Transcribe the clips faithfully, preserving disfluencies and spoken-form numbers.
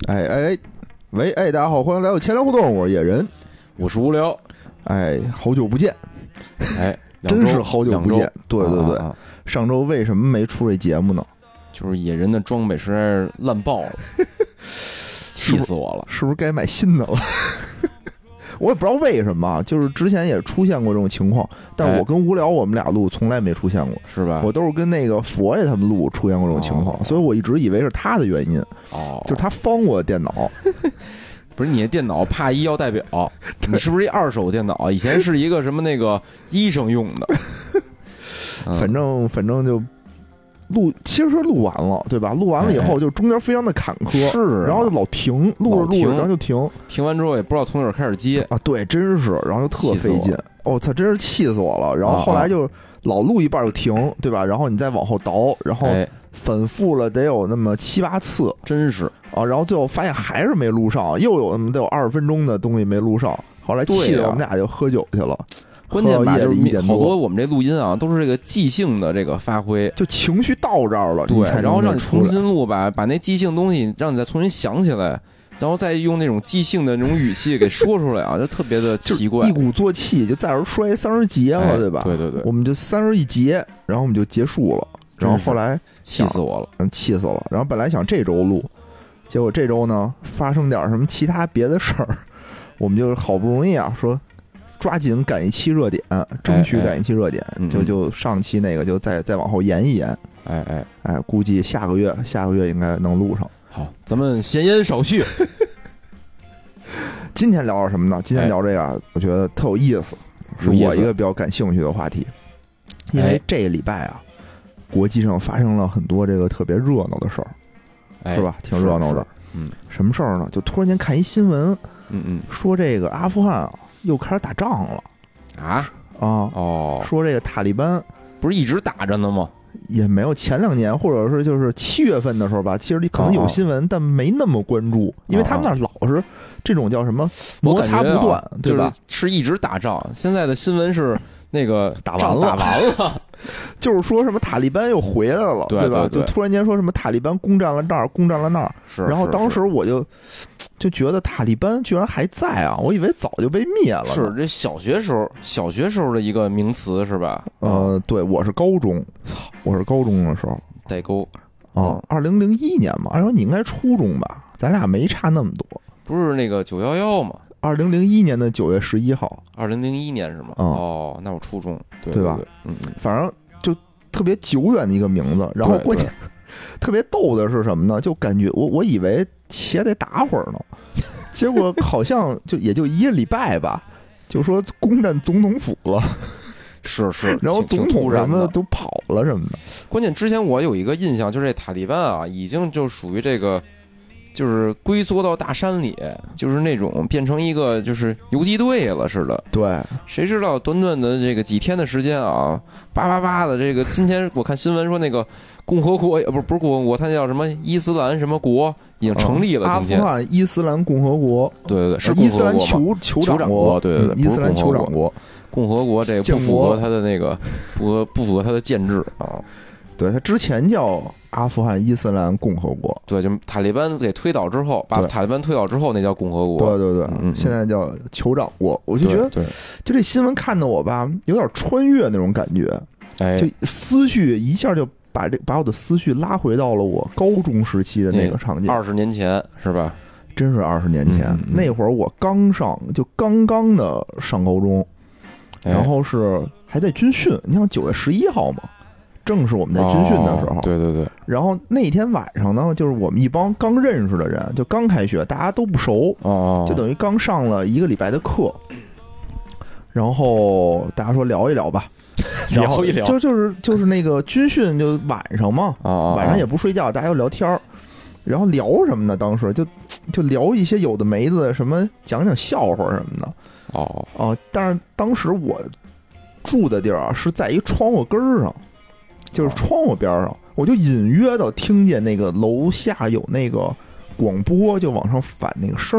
哎哎，喂，哎，大家好，欢迎来到钱粮互动，我是野人， 我是无聊。 哎，好久不见， 哎， 真是好久不见。对对对、 啊啊， 上周为什么没出这节目呢？ 就是野人的装备实在是烂爆了，气死我了！ 是不是该买新的了？我也不知道为什么，就是之前也出现过这种情况，但我跟无聊我们俩录从来没出现过， 是吧？ 我都是跟那个佛爷他们录出现过这种情况，哦、所以我一直以为是他的原因， 哦， 就是他方我的电脑。 不是你的电脑怕医药代表，你是不是一二手电脑？以前是一个什么那个医生用的， 嗯、反正反正就。录其实是录完了，对吧？录完了以后，就中间非常的坎坷， 是、啊， 然后就老停，录着录着，然后就停， 停完之后也不知道从哪儿开始接啊，对，真是，然后就特费劲，我操、哦，真是气死我了。然后后来就老录一半就停，对吧？然后你再往后倒，然后反复了得有那么七八次， 真是啊，然后最后发现还是没录上，又有那么得有二十分钟的东西没录上，后来气得我们俩就喝酒去了。 关键吧，就是好多我们这录音啊，都是这个即兴的这个发挥， 就情绪到这儿了， 对，然后让你重新录吧，把那即兴东西让你再重新想起来，然后再用那种即兴的那种语气给说出来啊，就特别的奇怪， 一鼓作气，就在这摔三十节了， 哎、 对吧？ 对对对， 我们就三十一节，然后我们就结束了，然后后来气死我了， 嗯，气死了。然后本来想这周录，结果这周呢发生点什么其他别的事儿，我们就好不容易啊说。抓紧赶一期热点，争取赶一期热点， 哎哎就就上期那个就再再往后延一延， 哎哎哎，估计下个月下个月应该能录上。 好，咱们闲言少叙。 今天聊点什么呢？今天聊这个，哎、我觉得特有意思，是我一个比较感兴趣的话题。因为这个礼拜啊，国际上发生了很多这个特别热闹的事儿， 哎、 是吧？挺热闹的。 嗯， 什么事儿呢？就突然间看一新闻， 嗯嗯， 说这个阿富汗啊。又开始打仗了啊啊哦， 说这个塔利班不是一直打着呢吗？ 也没有，前两年或者是就是七月份的时候吧，其实可能有新闻，哦、但没那么关注，因为他们那老是这种叫什么摩擦不断， 啊、 对吧？ 是一直打仗。现在的新闻是那个打完了， 打完了， 就是说什么塔利班又回来了， 对吧？ 对对就突然间说什么塔利班攻占了那儿，攻占了那儿， 是。 然后当时我就就觉得塔利班居然还在啊！我以为早就被灭了。 是这小学时候，小学时候的一个名词是吧？ 呃，对，我是高中，我是高中的时候代沟啊，二零零一年嘛，按说你应该初中吧，咱俩没差那么多。 不是那个九幺幺吗？ 二零零一年的九月十一号， 二零零一年是吗？ 嗯、 哦，那我初中，对对吧？ 嗯嗯， 反正就特别久远的一个名字。然后关键特别逗的是什么呢？就感觉我我以为且得打会儿呢，结果好像就也就一个礼拜吧，就说攻占总统府了。 是是， 然后总统什么的都跑了什么的。 关键之前我有一个印象，就是这塔利班啊，已经就属于这个。就是龟缩到大山里，就是那种变成一个就是游击队了似的。 对，谁知道短短的这个几天的时间啊，叭叭叭的这个，今天我看新闻说那个共和国，不是不是共和国，它那叫什么伊斯兰什么国已经成立了。 嗯、 今天阿富汗伊斯兰共和国， 对对对，是伊斯兰酋酋长国，对对对， 嗯、伊斯兰酋长国。 共和国这个不符合它的那个不合不符合它的建制啊。 对，它之前叫阿富汗伊斯兰共和国， 对，就塔利班给推倒之后，把塔利班推倒之后，那叫共和国。 对对对， 嗯、 现在叫酋长国。我就觉得， 对， 就这新闻看的我吧，有点穿越那种感觉， 哎， 就思绪一下就把这把我的思绪拉回到了我高中时期的那个场景， 二十年前是吧？ 真是二十年前， 嗯嗯、 那会儿我刚上，就刚刚的上高中， 哎、 然后是还在军训。你像九月十一号嘛。正是我们在军训的时候、 哦，对对对。 然后那天晚上呢，就是我们一帮刚认识的人，就刚开学，大家都不熟， 哦， 就等于刚上了一个礼拜的课。然后大家说聊一聊吧， 聊一聊， 就就是就是那个军训就晚上嘛， 哦、 晚上也不睡觉，大家要聊天儿。然后聊什么呢？当时就就聊一些有的没的，什么讲讲笑话什么的。 哦哦，但是当时我住的地儿啊是在一窗户根儿上。就是窗户边上，我就隐约的听见那个楼下有那个广播，就往上反那个声儿。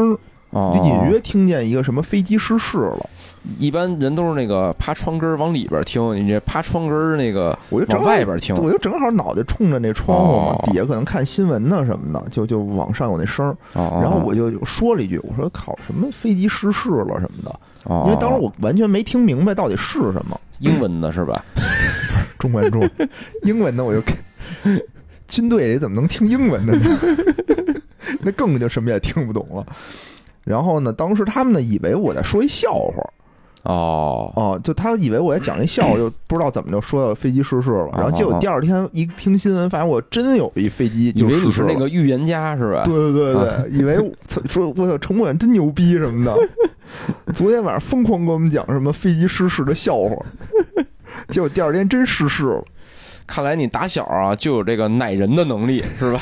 哦， 就隐约听见一个什么飞机失事了。 一般人都是那个趴窗根往里边听，你这趴窗根那个我就往外边听， 我就正好脑袋冲着那窗户嘛， 哦、 底下可能看新闻呢什么的，就就往上有那声儿。 哦、 然后我就说了一句，我说靠，什么飞机失事了什么的。 哦、 因为当时我完全没听明白到底是什么。 英文的是吧？ 中文中，英文的我就军队里怎么能听英文的呢？那更就什么也听不懂了。然后呢，当时他们呢以为我在说一笑话。 哦哦，就他以为我在讲一笑话，就不知道怎么就说到飞机失事了。然后结果第二天一听新闻，发现我真有一飞机就失事了。 以为你是那个预言家是吧？ 对对对对，啊、以为说我操，陈默真牛逼什么的。昨天晚上疯狂跟我们讲什么飞机失事的笑话，结果第二天真失事了。 看来你打小啊就有这个奶人的能力是吧？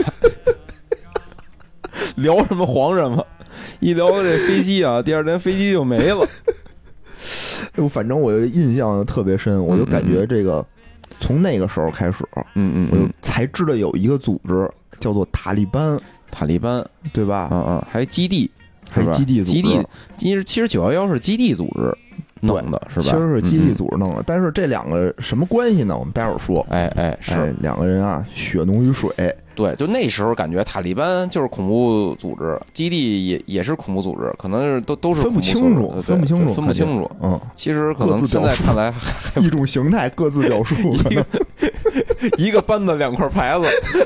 聊什么黄什么，一聊这飞机啊，第二天飞机就没了。 反正我印象特别深，我就感觉这个从那个时候开始， 嗯嗯， 我就才知道有一个组织叫做塔利班， 塔利班对吧？ 嗯嗯，还有基地， 还有基地组织， 基地，其实其实九幺幺是基地组织弄的，是吧？ 其实是基地组织弄的，但是这两个什么关系呢？我们待会儿说。 哎哎，是两个人啊，血浓于水。 对，就那时候感觉塔利班就是恐怖组织，基地也也是恐怖组织，可能是都都是分不清楚，分不清楚， 分不清楚。 嗯， 其实可能现在看来还一种形态各自表述， 一个一个班子两块牌子。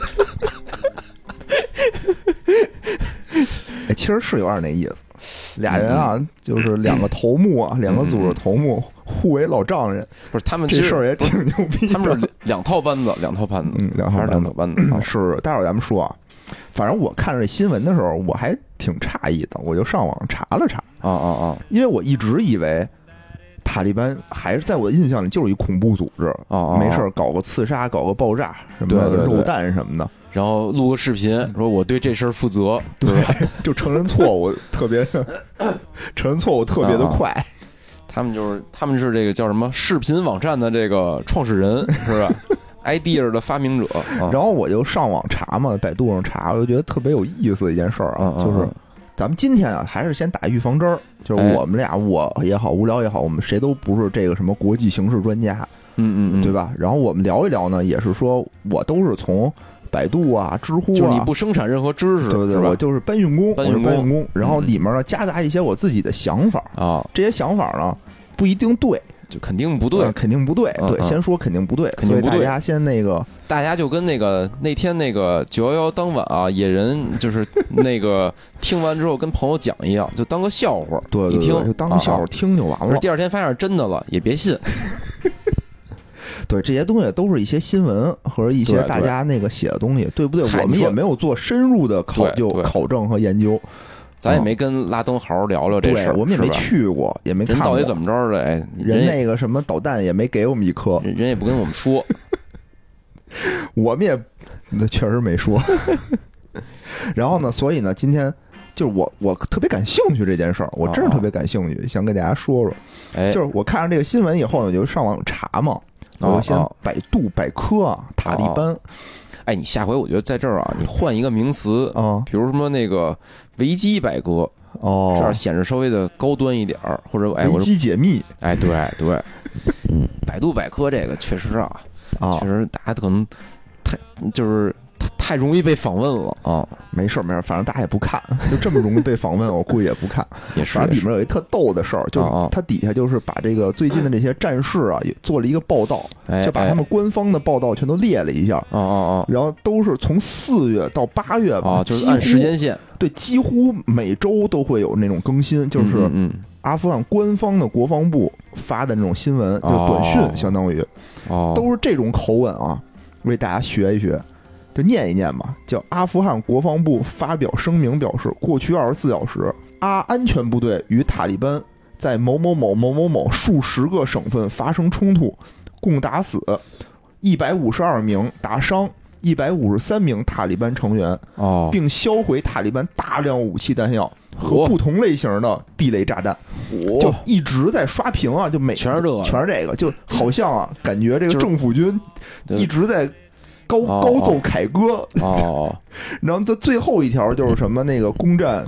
哎，其实是有点那意思，俩人啊，就是两个头目啊，两个组织头目互为老丈人。 不是他们这事儿也挺牛逼， 他们是两套班子，两套班子， 嗯，两套班子， 两套班子。 是，待会儿咱们说啊。反正我看着这新闻的时候，我还挺诧异的，我就上网查了查。 啊啊啊！ 因为我一直以为塔利班还是在我的印象里就是一恐怖组织， 啊， 没事搞个刺杀，搞个爆炸什么的，肉弹什么的。 然后录个视频，说我对这事儿负责， 对，就承认错误，特别承认错误特别的快。 啊、他们就是他们是这个叫什么视频网站的这个创始人是吧？idea 的发明者。啊、 然后我就上网查嘛，百度上查，我就觉得特别有意思的一件事儿啊， 嗯、 就是咱们今天啊，还是先打预防针儿，就是我们俩，我也好，无聊也好，我们谁都不是这个什么国际形势专家， 嗯嗯嗯， 对吧？然后我们聊一聊呢，也是说我都是从百度啊、知乎啊， 就是你不生产任何知识， 对对，我就是搬运工， 搬运工，搬运工。然后里面呢夹杂一些我自己的想法啊， 这些想法呢不一定对， 就肯定不对， 呃、肯定不对。 嗯、 对，先说肯定不对， 肯定不对。 大家先那个， 大家就跟那个那天那个九幺幺当晚啊，野人就是那个听完之后跟朋友讲一样，就当个笑话， 对对对， 一听就当个笑话听就完了。 啊、第二天发现是真的了，也别信。 对，这些东西都是一些新闻和一些大家那个写的东西， 对, 对不对？我们也没有做深入的考究、考证和研究， 咱也没跟拉登好好聊聊这事儿， 我们也没去过，也没看过人到底怎么着的。哎， 人那个什么导弹也没给我们一颗， 人也不跟我们说， 我们也那确实没说。然后呢，所以呢，今天就是我我特别感兴趣这件事儿，我真是特别感兴趣，想跟大家说说。 哎， 就是我看上这个新闻以后呢，我就上网查嘛。我先百度百科啊，塔利班。 哦、哎，你下回我觉得在这儿啊，你换一个名词啊、哦， 比如什么那个维基百科哦， 这样显示稍微的高端一点儿，或者哎， 维基解密， 哎，对对，百度百科这个确实啊， 啊， 确实大家可能太就是太容易被访问了啊。 没事没事，反正大家也不看，就这么容易被访问，我估计也不看。 也是， 反正里面有一特逗的事儿，就是它底下就是把这个最近的这些战事啊，也做了一个报道，就把他们官方的报道全都列了一下。 哦哦哦。 然后都是从四月到八月吧， 就是按时间线。 对，几乎每周都会有那种更新，就是阿富汗官方的国防部发的那种新闻，就短讯，相当于， 哦， 都是这种口吻啊，为大家学一学。就念一念吧，叫阿富汗国防部发表声明表示，过去二十四小时，阿安全部队与塔利班在某某某某某某数十个省份发生冲突，共打死一百五十二名，打伤一百五十三名塔利班成员， 哦， 并销毁塔利班大量武器弹药和不同类型的地雷炸弹，就一直在刷屏啊，就每全是这个， 全是这个，就好像啊，感觉这个政府军一直在。高高奏凯歌哦， 然后这最后一条就是什么那个攻占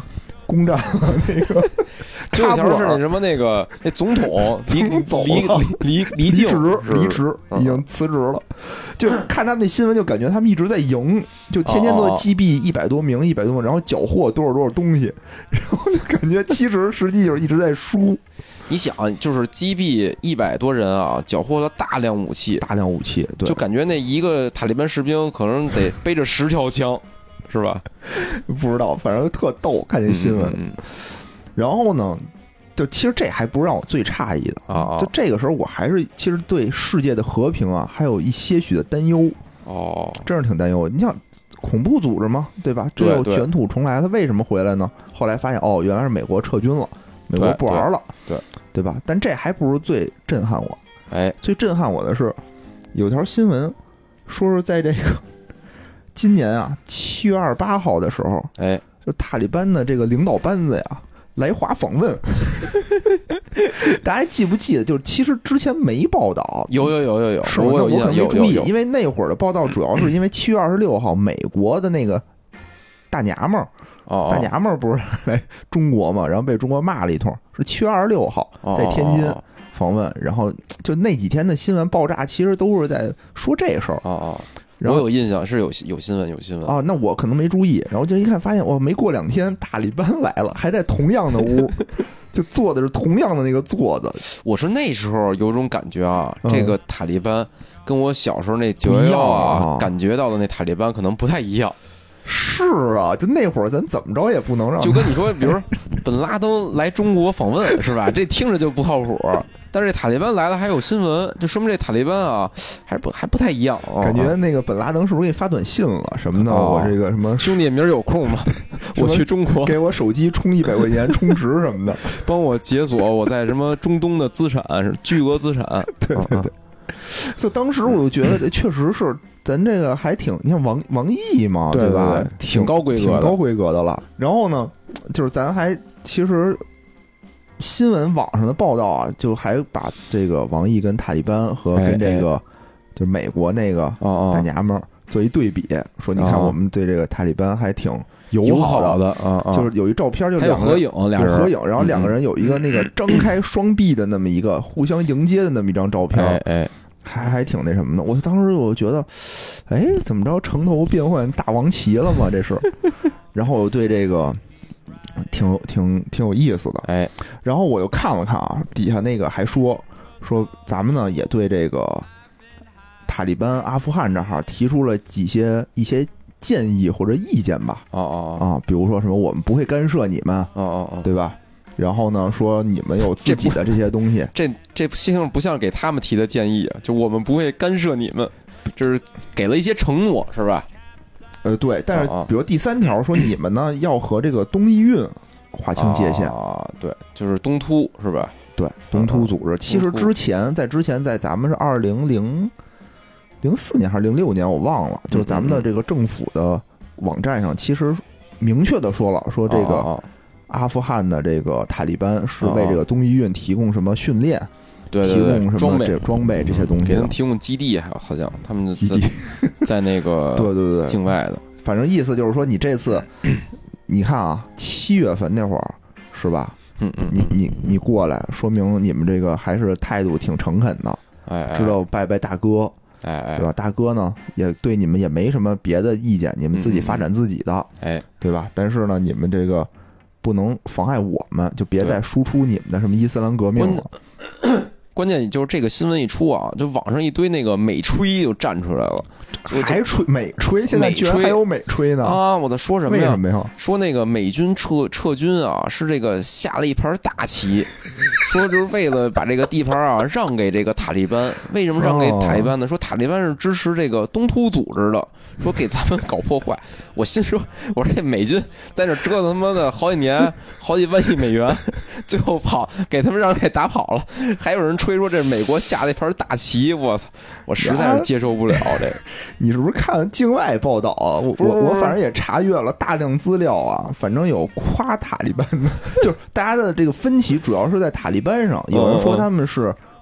攻占了那个。 最后一条是那什么那个那总统离离离离离职离职已经辞职了，就看他们那新闻就感觉他们一直在赢，就天天都击毙一百多名一百多名，然后缴获多少多少东西，然后就感觉其实实际就是一直在输。 你想，就是击毙一百多人啊，缴获了大量武器， 大量武器，对， 就感觉那一个塔利班士兵可能得背着十条枪，是吧？ 不知道，反正特逗，看见新闻。 嗯嗯然后呢，就其实这还不是让我最诧异的啊， 就这个时候我还是其实对世界的和平啊，还有一些许的担忧。 哦， 真是挺担忧。你想，恐怖组织嘛，对吧？这又卷土重来，他为什么回来呢？后来发现，哦，原来是美国撤军了，美国不玩了， 对对, 对吧？但这还不如最震撼我。 哎， 最震撼我的是，有条新闻说是在这个今年啊七月二十八号的时候， 哎， 就塔利班的这个领导班子呀来华访问。大家还记不记得？就其实之前没报道， 有有有有有， 是我我可能没注意，因为那会儿的报道主要是因为七月二十六号，美国的那个大娘们儿， 哦， 大娘们儿不是来中国嘛，然后被中国骂了一通，是七月二十六号在天津访问，然后就那几天的新闻爆炸，其实都是在说这事儿。 哦哦。 然后我有印象是有有新闻有新闻啊，那我可能没注意，然后就一看发现，哇，没过两天塔利班来了，还在同样的屋，就坐的是同样的那个座子。 我是那时候有种感觉啊，嗯、这个塔利班跟我小时候那九幺幺啊感觉到的那塔利班可能不太一样。 是啊，就那会儿咱怎么着也不能让， 就跟你说，比如本拉登来中国访问是吧？这听着就不靠谱。但是这塔利班来了还有新闻，就说明这塔利班啊还不还不太一样、哦。 感觉那个本拉登是不是给你发短信了什么的？哦、我这个什么兄弟明儿有空吗？我去中国， 给我手机充一百块钱充值什么的， 帮我解锁我在什么中东的资产，是巨额资产。 对对对。就当时我就觉得这确实是咱这个还挺，你看王王毅嘛， 对吧？ 对对挺高规格的， 挺高规格的了。然后呢，就是咱还其实。新闻网上的报道啊，就还把这个王毅跟塔利班和跟这个就是美国那个大娘们儿做一对比，说你看我们对这个塔利班还挺友好的， 就是有一照片，就两个合影，俩人合影，然后两个人有一个那个张开双臂的那么一个互相迎接的那么一张照片， 哎， 还还挺那什么的。我当时我觉得，哎，怎么着城头变换大王旗了吗？这是，然后我对这个。挺挺挺有意思的， 哎， 然后我又看了看啊，底下那个还说说咱们呢也对这个塔利班阿富汗这哈提出了几些一些建议或者意见吧， 哦哦啊，比如说什么我们不会干涉你们， 哦哦哦， 对吧？然后呢，说你们有自己的这些东西， 这这这不像给他们提的建议啊，就我们不会干涉你们，就是给了一些承诺，是吧？ 呃，对，但是比如第三条说你们呢要和这个东伊运划清界限啊，对，就是东突是吧？ 对，东突组织。其实之前在之前在咱们是二零零零四年还是零六年，我忘了，就是咱们的这个政府的网站上，其实明确的说了，说这个阿富汗的这个塔利班是为这个东伊运提供什么训练。 对对对， 提供什么这装备这些东西， 给他们提供基地，还有好像他们基地在那个对对对境外的， 反正意思就是说，你这次你看啊，七月份那会儿是吧？ 嗯嗯， 你你你过来，说明你们这个还是态度挺诚恳的， 哎， 知道拜拜大哥， 哎哎， 对吧？大哥呢也对你们也没什么别的意见，你们自己发展自己的， 哎， 对吧？但是呢，你们这个不能妨碍我们，就别再输出你们的什么伊斯兰革命了。 关键就是这个新闻一出啊，就网上一堆那个美吹就站出来了， 还吹美吹，现在居然还有美吹呢啊！我在说什么呀？ 为什么呀？ 说那个美军撤撤军啊，是这个下了一盘大棋，说就是为了把这个地盘啊让给这个塔利班。为什么让给塔利班呢？说塔利班是支持这个东突组织的，说给咱们搞破坏。我心说，我说这美军在那折腾他妈的好几年，好几万亿美元，最后跑给他们让给打跑了，还有人吹说这是美国下了一盘大棋，我操！我实在是接受不了这个。 你是不是看境外报道啊？我我我反正也查阅了大量资料啊，反正有夸塔利班的，就是大家的这个分歧主要是在塔利班上，有人说他们是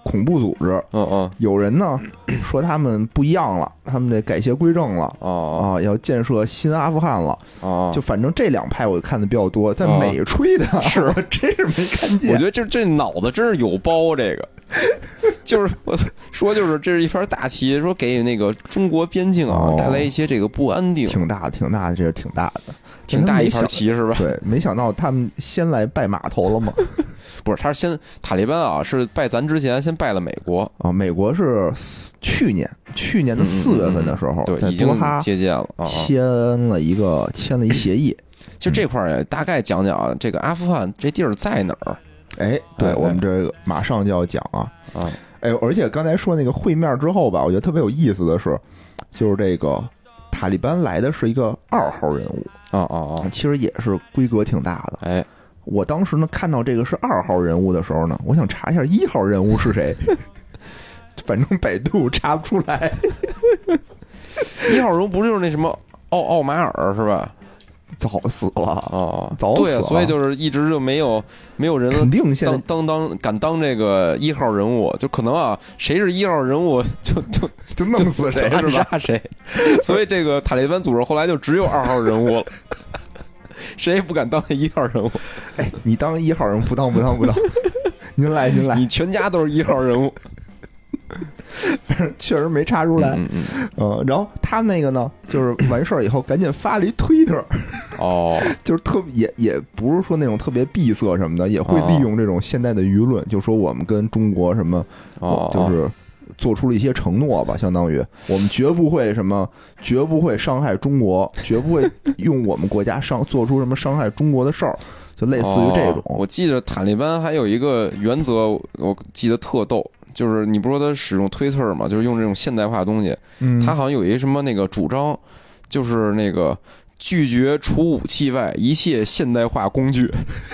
恐怖组织。 嗯嗯， 有人呢说他们不一样了，他们得改邪归正了。 哦啊，要建设新阿富汗了。 哦， 就反正这两派我看的比较多，但美吹的、 哦、是我真是没看见。 我觉得这这脑子真是有包，这个就是我说就是这是一盘大棋，说给那个中国边境啊、哦、带来一些这个不安定， 挺大挺大的，这是挺大的。 挺大一盘棋是吧？ 对，没想到他们先来拜码头了吗？ 不是，他是先塔利班啊，是拜咱之前先拜了美国啊。美国是去年去年的四月份的时候， 嗯嗯嗯在多哈接见了， 签了一个签了一协议。 就这块儿大概讲讲这个阿富汗这地儿在哪儿？ 哎，对哎我们这个马上就要讲啊啊！ 哎，而且刚才说那个会面之后吧，我觉得特别有意思的是，就是这个塔利班来的是一个二号人物。 哦哦哦， 其实也是规格挺大的。 哎， 我当时呢看到这个是二号人物的时候呢，我想查一下一号人物是谁，反正百度查不出来。 一号人物不就是那什么奥奥马尔是吧？ 早死了哦， 早死了。 对啊，所以就是一直就没有没有人肯定现在当当当敢当这个一号人物，就可能啊，谁是一号人物就就就弄死谁是吧？杀谁？所以这个塔利班组织后来就只有二号人物了，谁也不敢当一号人物。 哎，你当一号人物不当不当不当，您来您来， 你全家都是一号人物。 反正确实没查出来， 嗯嗯嗯、呃，然后他那个呢，就是完事儿以后赶紧发了一推特， 哦， 就是特也也不是说那种特别闭塞什么的，也会利用这种现代的舆论，就说我们跟中国什么， 哦， 就是做出了一些承诺吧，相当于我们绝不会什么，绝不会伤害中国，绝不会用我们国家伤做出什么伤害中国的事儿，就类似于这种。 哦、我记得塔利班还有一个原则，我记得特逗。就是你不说他使用推特嘛，就是用这种现代化的东西， 嗯， 他好像有一什么那个主张，就是那个拒绝除武器外一切现代化工具，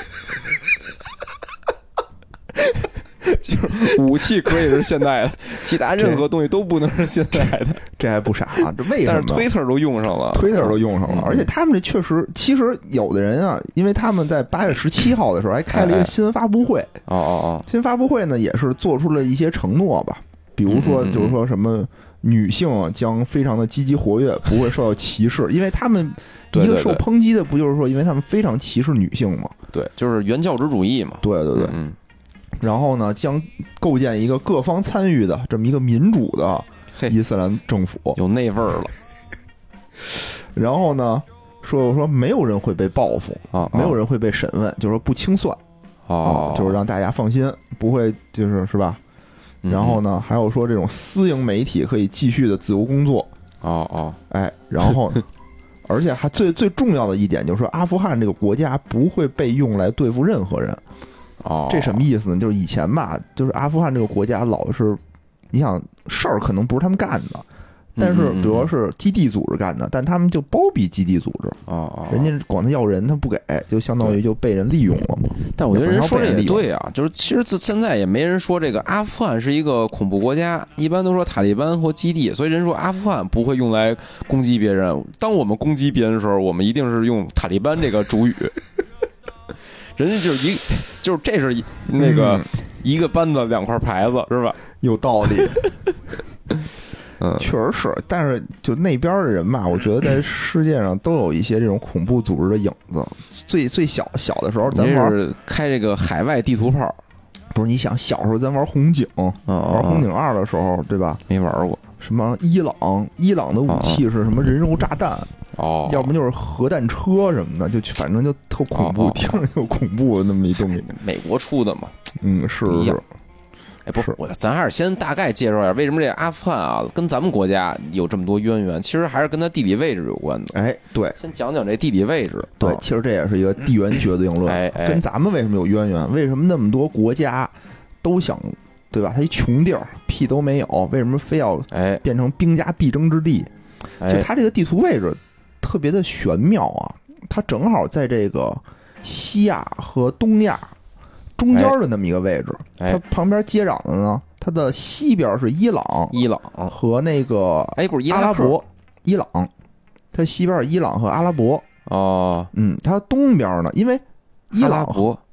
就是武器可以是现代的，其他任何东西都不能是现代的。 这还不傻啊？这为什么？ 但是推特都用上了， 推特都用上了， 嗯、 而且他们这确实，其实有的人啊，因为他们在八月十七号的时候还开了一个新闻发布会。 哦哦哦， 新发布会呢也是做出了一些承诺吧，比如说就是说什么女性将非常的积极活跃，不会受到歧视，因为他们一个受抨击的不就是说，因为他们非常歧视女性嘛？ 对，就是原教旨主义嘛。 对对对， 嗯。 然后呢，将构建一个各方参与的这么一个民主的伊斯兰政府， 有那味儿了。 然后呢，说说没有人会被报复啊， 没有人会被审问，就是说不清算哦、 啊，就是让大家放心，不会就是是吧？然后呢，还有说这种私营媒体可以继续的自由工作哦哦， 哎，然后而且还最最重要的一点就是阿富汗这个国家不会被用来对付任何人。 哦， 这什么意思呢？就是以前吧，就是阿富汗这个国家老是，你想事儿可能不是他们干的，但是比如说是基地组织干的，但他们就包庇基地组织。 哦， 人家管他要人，他不给，就相当于就被人利用了嘛。 但我觉得人说这也对啊，就是其实现在也没人说这个阿富汗是一个恐怖国家，一般都说塔利班或基地，所以人说阿富汗不会用来攻击别人。当我们攻击别人的时候，我们一定是用塔利班这个主语。人家就是一，就是这是那个、嗯、一个班子两块牌子是吧？ 有道理， 嗯， 确实是。但是就那边的人吧，我觉得在世界上都有一些这种恐怖组织的影子。最最小小的时候，咱玩是开这个海外地图炮， 不是？你想小时候咱玩红警， 哦、 玩红警二的时候，对吧？ 没玩过。 什么伊朗？伊朗的武器是什么人肉炸弹？ 哦， 要不就是核弹车什么的，就反正就特恐怖， 哦、 听着就恐怖的那么一东西。 美国出的嘛， 嗯，是是。 哎，不是，我咱还是先大概介绍一下为什么这阿富汗啊跟咱们国家有这么多渊源，其实还是跟它地理位置有关的。 哎，对， 先讲讲这地理位置。 对，其实这也是一个地缘决定论， 哎哎、 跟咱们为什么有渊源？为什么那么多国家都想？对吧？它一穷地儿，屁都没有，为什么非要变成兵家必争之地？ 哎、 就它这个地图位置特别的玄妙啊，它正好在这个西亚和东亚中间的那么一个位置。 哎、 它旁边接壤的呢，它的西边是伊朗， 伊朗和那个哎不是伊阿拉伯，伊朗，它西边是伊朗和阿拉伯。 哦， 嗯，它东边呢，因为伊朗阿拉伯。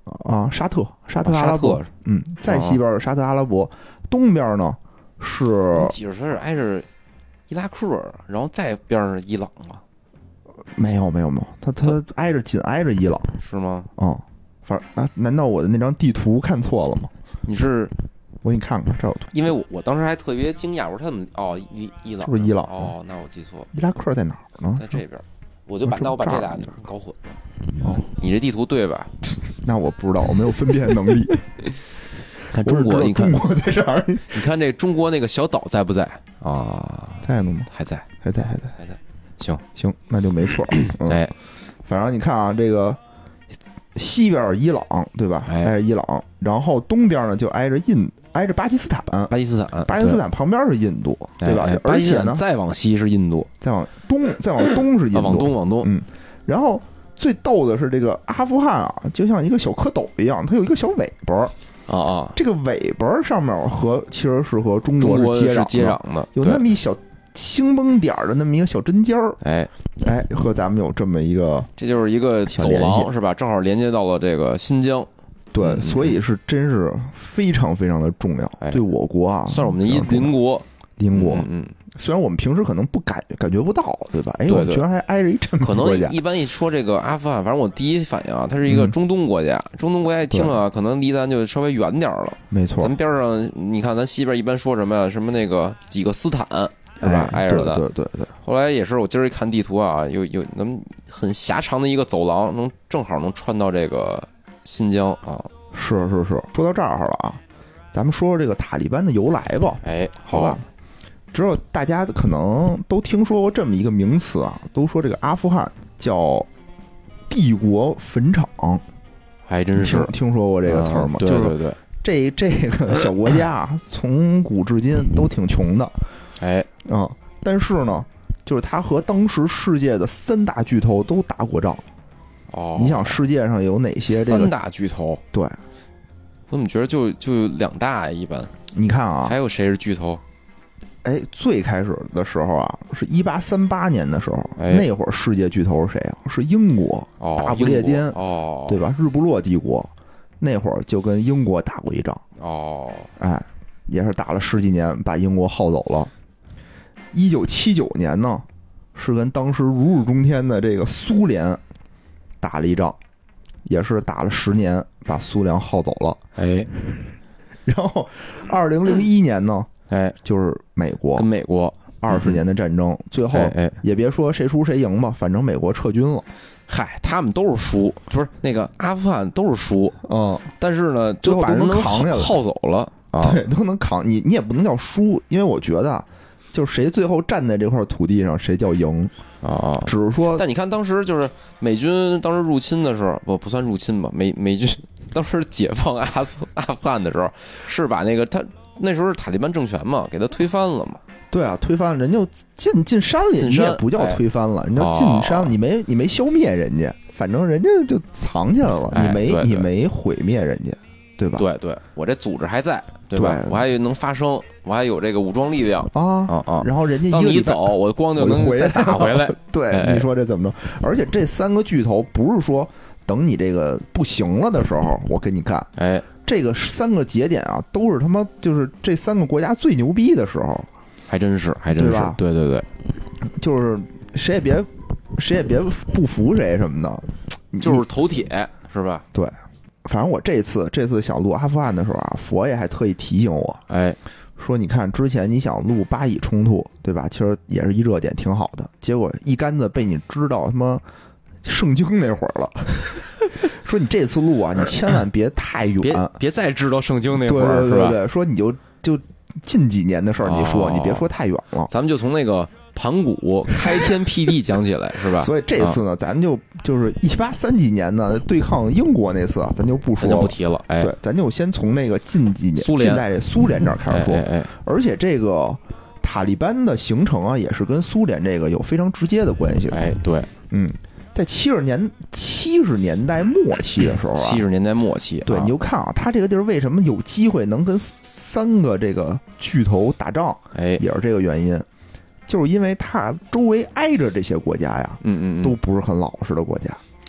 啊，沙特沙特啊阿拉伯， 沙特嗯，再西边沙特阿拉伯，东边呢是记着它是挨着伊拉克，然后再边上是伊朗嘛？ 没有没有没有，它它挨着紧挨着伊朗， 是吗？ 嗯，反正啊，难道我的那张地图看错了吗？ 你是我给你看看，这有图， 因为我我当时还特别惊讶，我说他怎么哦伊伊朗是不是伊朗？ 哦，那我记错了， 伊拉克在哪儿呢？ 在这边。我就把那我把这俩地方搞混了。哦，你这地图对吧？ 那我不知道，我没有分辨能力。 看中国，你看中国在这儿， 你看这中国那个小岛在不在啊？ 在呢吗？ 还在， 还在，还在， 还在。行行，那就没错。嗯、 哎， 反正你看啊，这个西边伊朗对吧？ 哎、 挨着伊朗，然后东边呢就挨着印，挨着巴基斯坦。 巴基斯坦， 巴基斯坦旁边是印度，对吧？ 哎哎、 而且呢， 再往西是印度， 再往东，再往东是印度， 啊、往东往东。 嗯，然后最逗的是这个阿富汗啊，就像一个小蝌蚪一样，它有一个小尾巴。 啊啊！ 这个尾巴上面和其实是和中国是接壤接壤的， 有那么一小星崩点的那么一个小针尖儿， 哎哎，和咱们有这么一个， 这就是一个走廊是吧？正好连接到了这个新疆。 对， 嗯、 所以是真是非常非常的重要， 哎、 对我国啊， 算是我们的一邻国。 邻国， 嗯。嗯虽然我们平时可能不感感觉不到，对吧？哎， 对对我们居然还挨着一这么可能国家。 一般一说这个阿富汗，反正我第一反应啊，它是一个中东国家。嗯、中东国家一听啊，可能离咱就稍微远点了。 没错， 咱边上你看，咱西边一般说什么呀？什么那个几个斯坦是吧？ 哎、 挨着的。 对对对对。 后来也是，我今儿一看地图啊，有有那么很狭长的一个走廊，能正好能穿到这个新疆啊。 是是是，说到这儿了啊，咱们说说这个塔利班的由来吧。 哎， 好吧。只有大家可能都听说过这么一个名词啊，都说这个阿富汗叫帝国坟场， 还真是听说过这个词儿吗？ 嗯、对对对， 这这个小国家啊，从古至今都挺穷的， 哎， 嗯，但是呢，就是他和当时世界的三大巨头都打过仗。 哦， 你想世界上有哪些这个三大巨头？ 对， 我怎么觉得就就两大一般？ 你看啊， 还有谁是巨头？ 哎，最开始的时候啊，是一八三八年的时候， 哎、 那会儿世界巨头是谁啊？是英国， 哦、 大不列颠， 哦， 对吧？日不落帝国，那会儿就跟英国打过一仗， 哦， 哎，也是打了十几年，把英国耗走了。一九七九年呢，是跟当时如日中天的这个苏联打了一仗，也是打了十年，把苏联耗走了。 哎， 然后二零零一年呢？ 哎， 就是美国跟美国二十年的战争，嗯、最后也别说谁输谁赢吧，反正美国撤军了。 嗨，他们都是输，不是那个阿富汗都是输， 嗯， 但是呢，就把人能扛下来， 耗走了啊， 对，都能扛。你你也不能叫输，因为我觉得，就是谁最后站在这块土地上，谁叫赢啊。 只是说， 但你看当时就是美军当时入侵的时候，不不算入侵吧，美美军当时解放阿富阿富汗的时候，是把那个他。那时候是塔利班政权嘛，给他推翻了嘛。 对啊，推翻了，人就进进山里，你也不叫推翻了， 哎、 人家进山了，你没你没消灭人家，反正人家就藏起来了， 哎、 你没对对你没毁灭人家，对吧？ 对对，我这组织还在，对吧？ 对我还能发声，我还有这个武装力量啊啊啊！ 然后人家一个你走，我光就能再打回来。 对， 哎、 你说这怎么着？而且这三个巨头不是说等你这个不行了的时候，我跟你干， 哎。 这个三个节点啊，都是他妈就是这三个国家最牛逼的时候， 还真是，还真是，对对对， 就是谁也别谁也别不服谁什么的， 就是头铁是吧？ 对，反正我这次这次想录阿富汗的时候啊，佛爷还特意提醒我， 哎， 说你看之前你想录巴以冲突，对吧？其实也是一热点挺好的，结果一竿子被你知道他妈圣经那会儿了。说你这次录啊，你千万别太远， 别别再知道圣经那会儿， 对对对对，说你就就近几年的事儿，你说、哦、你别说太远了， 咱们就从那个盘古开天辟地讲起来，是吧？ 所以这次呢，啊、咱就就是一八三几年呢对抗英国那次啊，咱就不说了， 咱就不提了。哎， 对，咱就先从那个近几年苏联近代苏联这儿开始说。 哎哎哎而且这个塔利班的形成啊，也是跟苏联这个有非常直接的关系的。 哎，对， 嗯。在七十年七十年代末期的时候啊， 七十年代末期， 对， 啊、 你就看啊，他这个地儿为什么有机会能跟三个这个巨头打仗， 哎， 也是这个原因，就是因为它周围挨着这些国家呀， 嗯嗯， 都不是很老实的国家。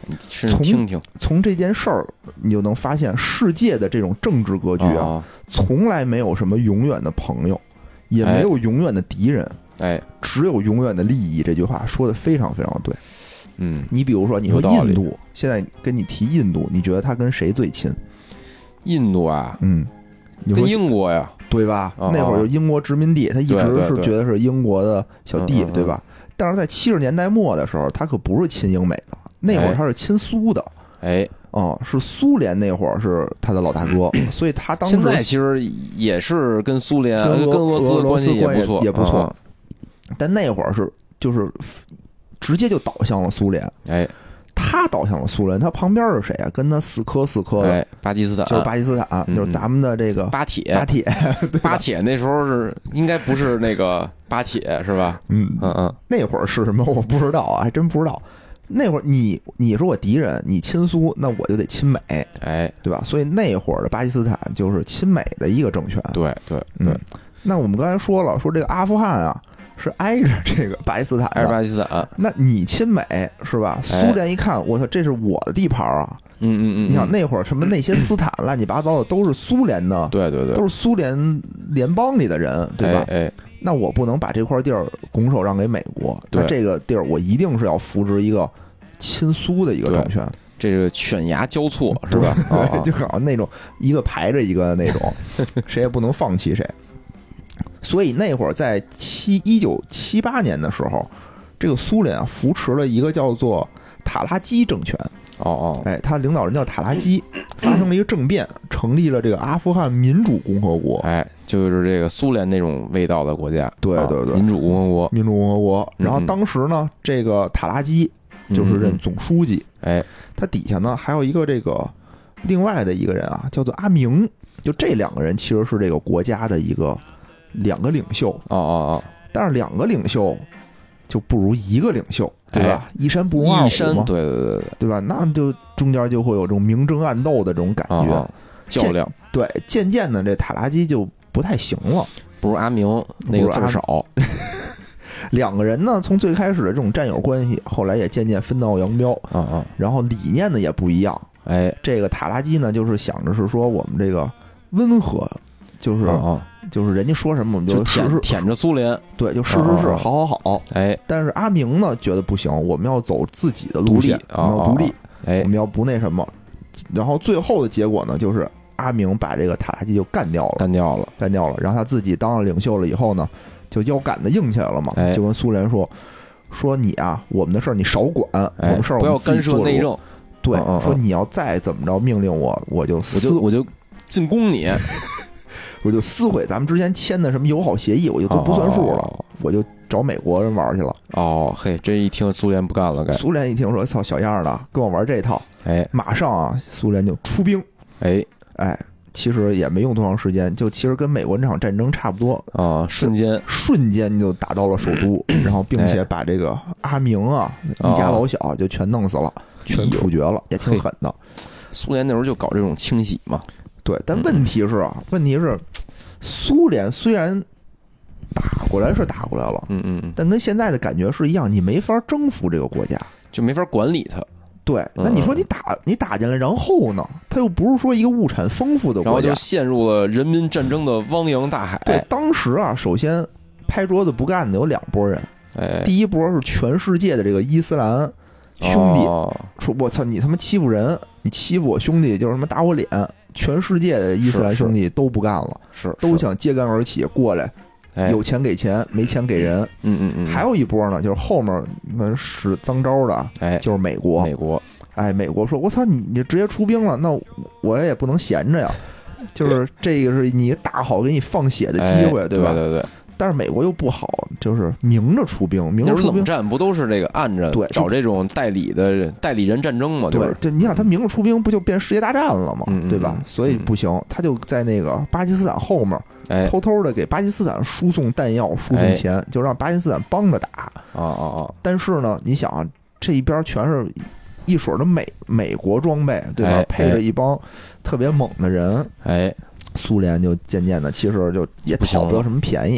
是听听。 从这件事儿，你就能发现世界的这种政治格局啊， 哦、 从来没有什么永远的朋友，也没有永远的敌人， 哎， 只有永远的利益。这句话说的非常非常对。 嗯， 你比如说，你说印度，现在跟你提印度，你觉得他跟谁最亲？ 印度啊， 嗯，你说跟英国呀， 对吧？ 哦、 那会儿就英国殖民地，他一直是觉得是英国的小弟， 对对对对吧？但是在七十年代末的时候，他可不是亲英美的，那会儿他是亲苏的。 哎， 哦、嗯，是苏联那会儿是他的老大哥，嗯、所以他当时现在其实也是跟苏联、 跟跟俄罗斯关系也不错， 也不错。 啊、 但那会儿是就是直接就倒向了苏联。 哎。 他倒向了苏联，他旁边是谁啊？跟他死磕死磕的， 哎，巴基斯坦， 就是巴基斯坦， 嗯、 就是咱们的这个巴铁， 巴铁， 巴铁那时候是应该不是那个巴铁是吧？ 嗯嗯嗯， 那会儿是什么我不知道啊，还真不知道。那会儿你你是我敌人，你亲苏，那我就得亲美， 哎， 对吧？所以那会儿的巴基斯坦就是亲美的一个政权。 对对对、 嗯。那我们刚才说了，说这个阿富汗啊。是挨着这个巴基斯坦的， 挨着巴基斯坦。 那你亲美是吧？苏联一看，我操，这是我的地盘啊！ 嗯嗯嗯。 你想那会儿什么那些斯坦乱七八糟的都是苏联的， 对对对， 都是苏联联邦里的人，对吧？ 哎， 那我不能把这块地儿拱手让给美国，那这个地儿我一定是要扶植一个亲苏的一个政权。 这个犬牙交错是吧？ 就好像那种一个排着一个那种，谁也不能放弃谁。所以那会儿在七一九七八年的时候，这个苏联啊扶持了一个叫做塔拉基政权。 哦哦， 哎，他领导人叫塔拉基，发生了一个政变，成立了这个阿富汗民主共和国。 哎，就是这个苏联那种味道的国家。 对对对， 民主共和国， 民主共和国。然后当时呢，这个塔拉基就是任总书记。 哎， 他底下呢还有一个这个另外的一个人啊，叫做阿明。就这两个人其实是这个国家的一个。两个领袖哦哦哦， 但是两个领袖就不如一个领袖，对吧？ 哎、 一山不容二虎嘛， 对对对对， 对吧？那就中间就会有这种明争暗斗的这种感觉， 哦、较量。 对，渐渐的这塔拉基就不太行了， 不如阿明那个字少。 两个人呢，从最开始的这种战友关系，后来也渐渐分道扬镳啊啊， 然后理念呢也不一样。 哎， 这个塔拉基呢，就是想着是说我们这个温和。就是、 哦、 就是人家说什么我们就舔舔着苏联， 对，就试试试，好好好。 哎， 但是阿明呢觉得不行，我们要走自己的路线，我们要独立， 哎， 我们要不那什么。然后最后的结果呢，就是阿明把这个塔拉基就干掉了， 干掉了， 干掉了。然后他自己当了领袖了以后呢，就腰杆子硬起来了嘛， 哎、 就跟苏联说说你啊，我们的事儿你少管， 哎、 我们事儿不要干涉内政。 对， 哦哦说你要再怎么着命令我，我就我就我就进攻你。 我就撕毁咱们之前签的什么友好协议，我就都不算数了， 哦、 我就找美国人玩去了。 哦，嘿，这一听苏联不干了，该苏联一听说操小样的，跟我玩这套， 哎， 马上啊，苏联就出兵， 哎哎，其实也没用多长时间，就其实跟美国那场战争差不多啊，瞬间瞬间就打到了首都，然后并且把这个阿明啊、哎、一家老小就全弄死了，哦、全处决了，也挺狠的。 苏联那时候就搞这种清洗嘛。 对，但问题是啊，问题是，苏联虽然打过来是打过来了， 嗯嗯， 但跟现在的感觉是一样，你没法征服这个国家， 就没法管理它。 对，那你说你打你打进来，然后呢，它又不是说一个物产丰富的国家， 然后就陷入了人民战争的汪洋大海。 对，当时啊，首先拍桌子不干的有两拨人， 哎， 第一波是全世界的这个伊斯兰兄弟， 哦、 说我操，你他妈欺负人，你欺负我兄弟，就是他妈打我脸。全世界的伊斯兰兄弟都不干了， 是都想揭竿而起过来，有钱给钱，没钱给人。 嗯嗯嗯。 还有一波呢，就是后面那使脏招的， 哎， 就是美国。 美国， 哎，美国说：“我操，你你直接出兵了，那我也不能闲着呀。”就是这个是你大好给你放血的机会， 哎、 对吧？ 对对对。 但是美国又不好，就是明着出兵，明着出兵。 冷战不都是这个按着对找这种代理的代理人战争嘛？ 对，就你想他明着出兵，不就变世界大战了吗？ 嗯、 对吧？所以不行，他就在那个巴基斯坦后面， 哎， 偷偷的给巴基斯坦输送弹药、输送钱， 哎、 就让巴基斯坦帮着打。 啊啊啊！ 但是呢，你想啊，这一边全是一水的美美国装备，对吧？ 哎、 配着一帮特别猛的人， 哎， 苏联就渐渐的其实就也讨不得什么便宜。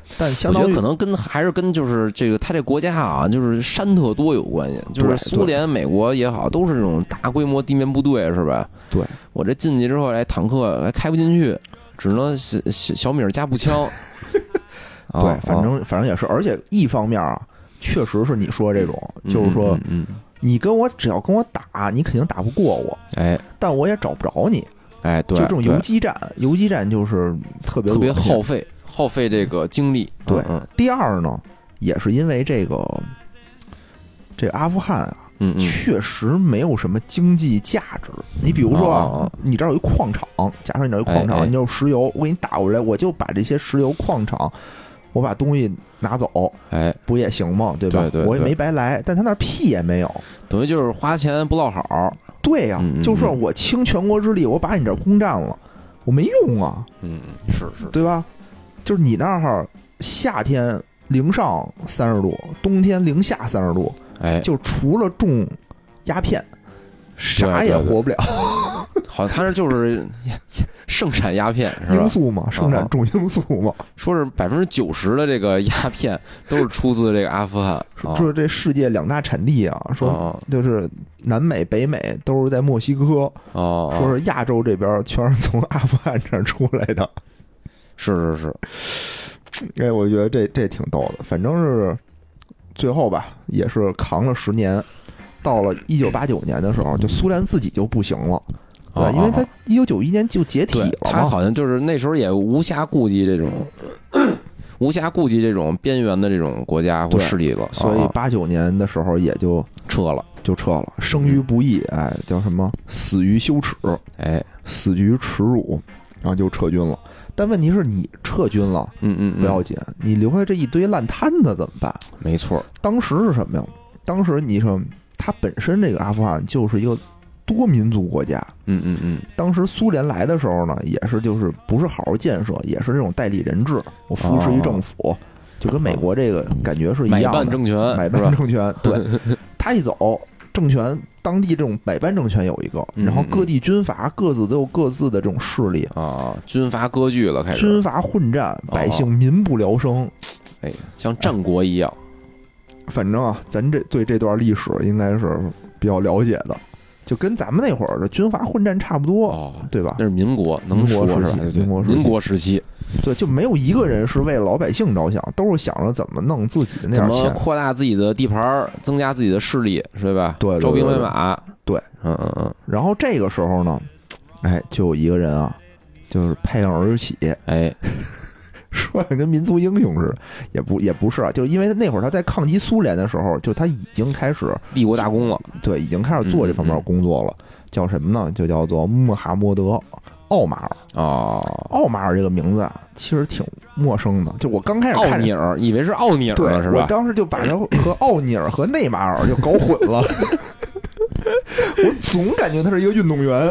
但相当于我觉得可能跟还是跟就是这个他这国家啊，就是山特多有关系。就是苏联、美国也好，都是这种大规模地面部队，是吧？ 对， 我这进去之后，哎，坦克还开不进去，只能小小小米加步枪。 对，反正反正也是，而且一方面啊，确实是你说这种，就是说， 嗯， 你跟我只要跟我打，你肯定打不过我， 哎， 但我也找不着你， 哎，对， 就这种游击战，游击战就是特别特别耗费，耗费这个精力。 对， 嗯， 第二呢，也是因为这个这个阿富汗啊。 嗯嗯， 确实没有什么经济价值。你比如说啊， 哦、 你这儿有一矿场，假设你这儿有矿场， 哎哎你有石油，我给你打过来，我就把这些石油矿场，我把东西拿走， 哎， 不也行吗？对吧？ 对对对， 我也没白来，但他那儿屁也没有， 等于就是花钱不落好。 对呀、啊嗯嗯， 就说我倾全国之力，我把你这儿攻占了，我没用啊， 嗯，是是， 对吧？就是你那儿夏天零上三十度，冬天零下三十度。 哎， 就除了种鸦片，啥也活不了。 对对对好，他这就是盛产鸦片，是吧？ 罂粟嘛，生产种罂粟嘛。 说是百分之九十的这个鸦片都是出自这个阿富汗。 说这世界两大产地啊，说就是南美、北美都是在墨西哥。 哦， 说是亚洲这边全是从阿富汗这儿出来的。 是是是。 哎，我觉得这这挺逗的，反正是。最后吧，也是扛了十年，到了一九八九年的时候，就苏联自己就不行了，对、哦，因为他一九九一年就解体了嘛。 他好像就是那时候也无暇顾及这种，无暇顾及这种边缘的这种国家或势力了， 所以八九年的时候也就撤了， 就撤了。生于不义，哎，叫什么？死于羞耻， 哎， 死于耻辱，然后就撤军了。但问题是你撤军了， 嗯嗯， 不要紧，你留下这一堆烂摊子怎么办？ 没错， 当时是什么呀？当时你说它本身这个阿富汗就是一个多民族国家， 嗯嗯嗯。 当时苏联来的时候呢，也是就是不是好好建设，也是这种代理人制，我扶持于政府，哦、就跟美国这个感觉是一样的。 买办政权， 买办政权，对，他一走。政权当地这种百般政权有一个，然后各地军阀各自都有各自的这种势力啊，军阀割据了，开始军阀混战，百姓民不聊生， 哎，像战国一样。 反正啊，咱这对这段历史应该是比较了解的，就跟咱们那会儿的军阀混战差不多， 哦， 对吧？ 那是民国，能说是吧？ 民国民国时期。 对，就没有一个人是为了老百姓着想，都是想着怎么弄自己的那点钱， 怎么扩大自己的地盘，增加自己的势力，是吧？ 对， 招兵买马， 对， 嗯嗯嗯。 然后这个时候呢，哎，就有一个人啊，就是拍案而起， 哎， 说的跟民族英雄似的，也不也不是啊，就是因为那会儿他在抗击苏联的时候，就他已经开始立国大功了， 对，已经开始做这方面工作了， 嗯嗯叫什么呢？就叫做穆罕默德。奥马尔哦， 奥马尔这个名字啊，其实挺陌生的。就我刚开始看奥尼尔，以为是奥尼尔对， 是吧？ 我当时就把他和奥尼尔和内马尔就搞混了。我总感觉他是一个运动员。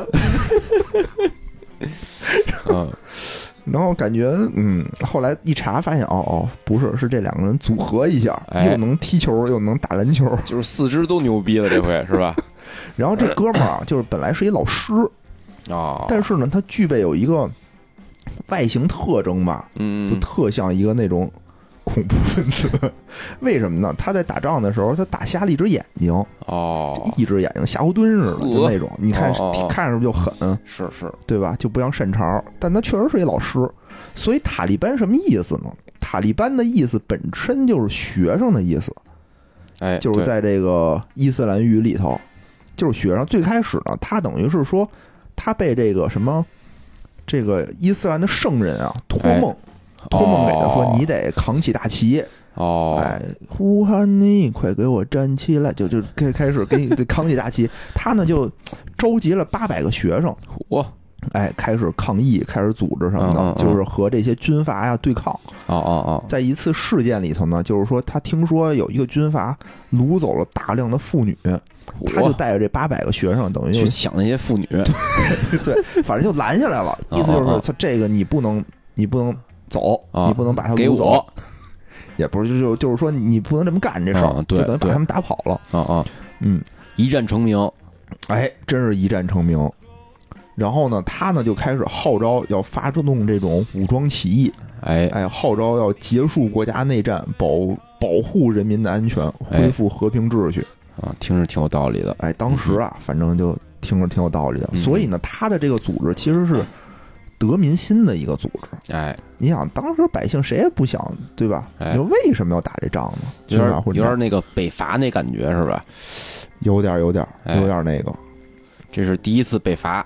嗯， 然后感觉嗯，后来一查发现，哦哦，不是，是这两个人组合一下， 哎、 又能踢球又能打篮球， 就是四肢都牛逼了，这回是吧？ 然后这哥们儿啊，就是本来是一老师。 哦， 但是呢，他具备有一个外形特征吧， 嗯， 就特像一个那种恐怖分子。为什么呢？他在打仗的时候，他打瞎了一只眼睛， 哦， 一只眼睛吓唬墩似的，就那种。你看， 哦、 看着是不是就狠？ 是是， 对吧？就不像善茬。但他确实是一老师，所以塔利班什么意思呢？塔利班的意思本身就是学生的意思， 哎， 就是在这个伊斯兰语里头，就是学生。最开始呢，他等于是说。他被这个什么，这个伊斯兰的圣人啊托梦，哎、托梦给他说：“你得扛起大旗。” 哦， 哎，呼喊你，快给我站起来！就就开开始给你扛起大旗。他呢就召集了八百个学生， 哇， 哎，开始抗议，开始组织什么的， 嗯嗯嗯就是和这些军阀呀对抗。 哦哦哦， 在一次事件里头呢，就是说他听说有一个军阀掳走了大量的妇女。他就带着这八百个学生，等于去抢那些妇女， 对，反正就拦下来了。意思就是他这个你不能，你不能走，你不能把他掳走，也不是就就是说你不能这么干这事儿，就等于把他们打跑了。 啊啊， 嗯， 一战成名， 哎，真是一战成名。 然后呢，他呢就开始号召要发动这种武装起义， 哎哎，号召要结束国家内战，保保护人民的安全，恢复和平秩序。 啊，听着挺有道理的。 哎，当时啊，反正就听着挺有道理的。所以呢，他的这个组织其实是得民心的一个组织。 哎， 你想，当时百姓谁也不想，对吧？ 哎、 你说为什么要打这仗呢？ 有点有点那个北伐那感觉是吧？ 有点有点有点那个。 哎、这是第一次北伐。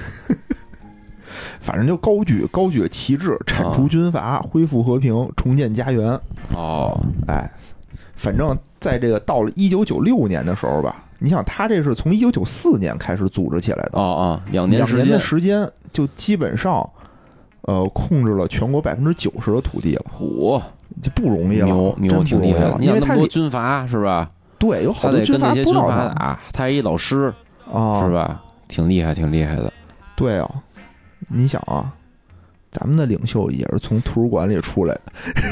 反正就高举高举旗帜，铲除军阀，哦、恢复和平，重建家园。 哦， 哎，反正在这个到了一九九六年的时候吧，你想他这是从一九九四年开始组织起来的。 哦哦，两年时间， 两年的时间就基本上，呃，控制了全国百分之九十的土地了。 嚯， 就不容易了， 牛牛，挺厉害了。 因为他多军阀是吧？ 对，有好多军阀不知道他打，他一老师啊， 是吧？挺厉害，挺厉害的。 对啊。你想啊，咱们的领袖也是从图书馆里出来的，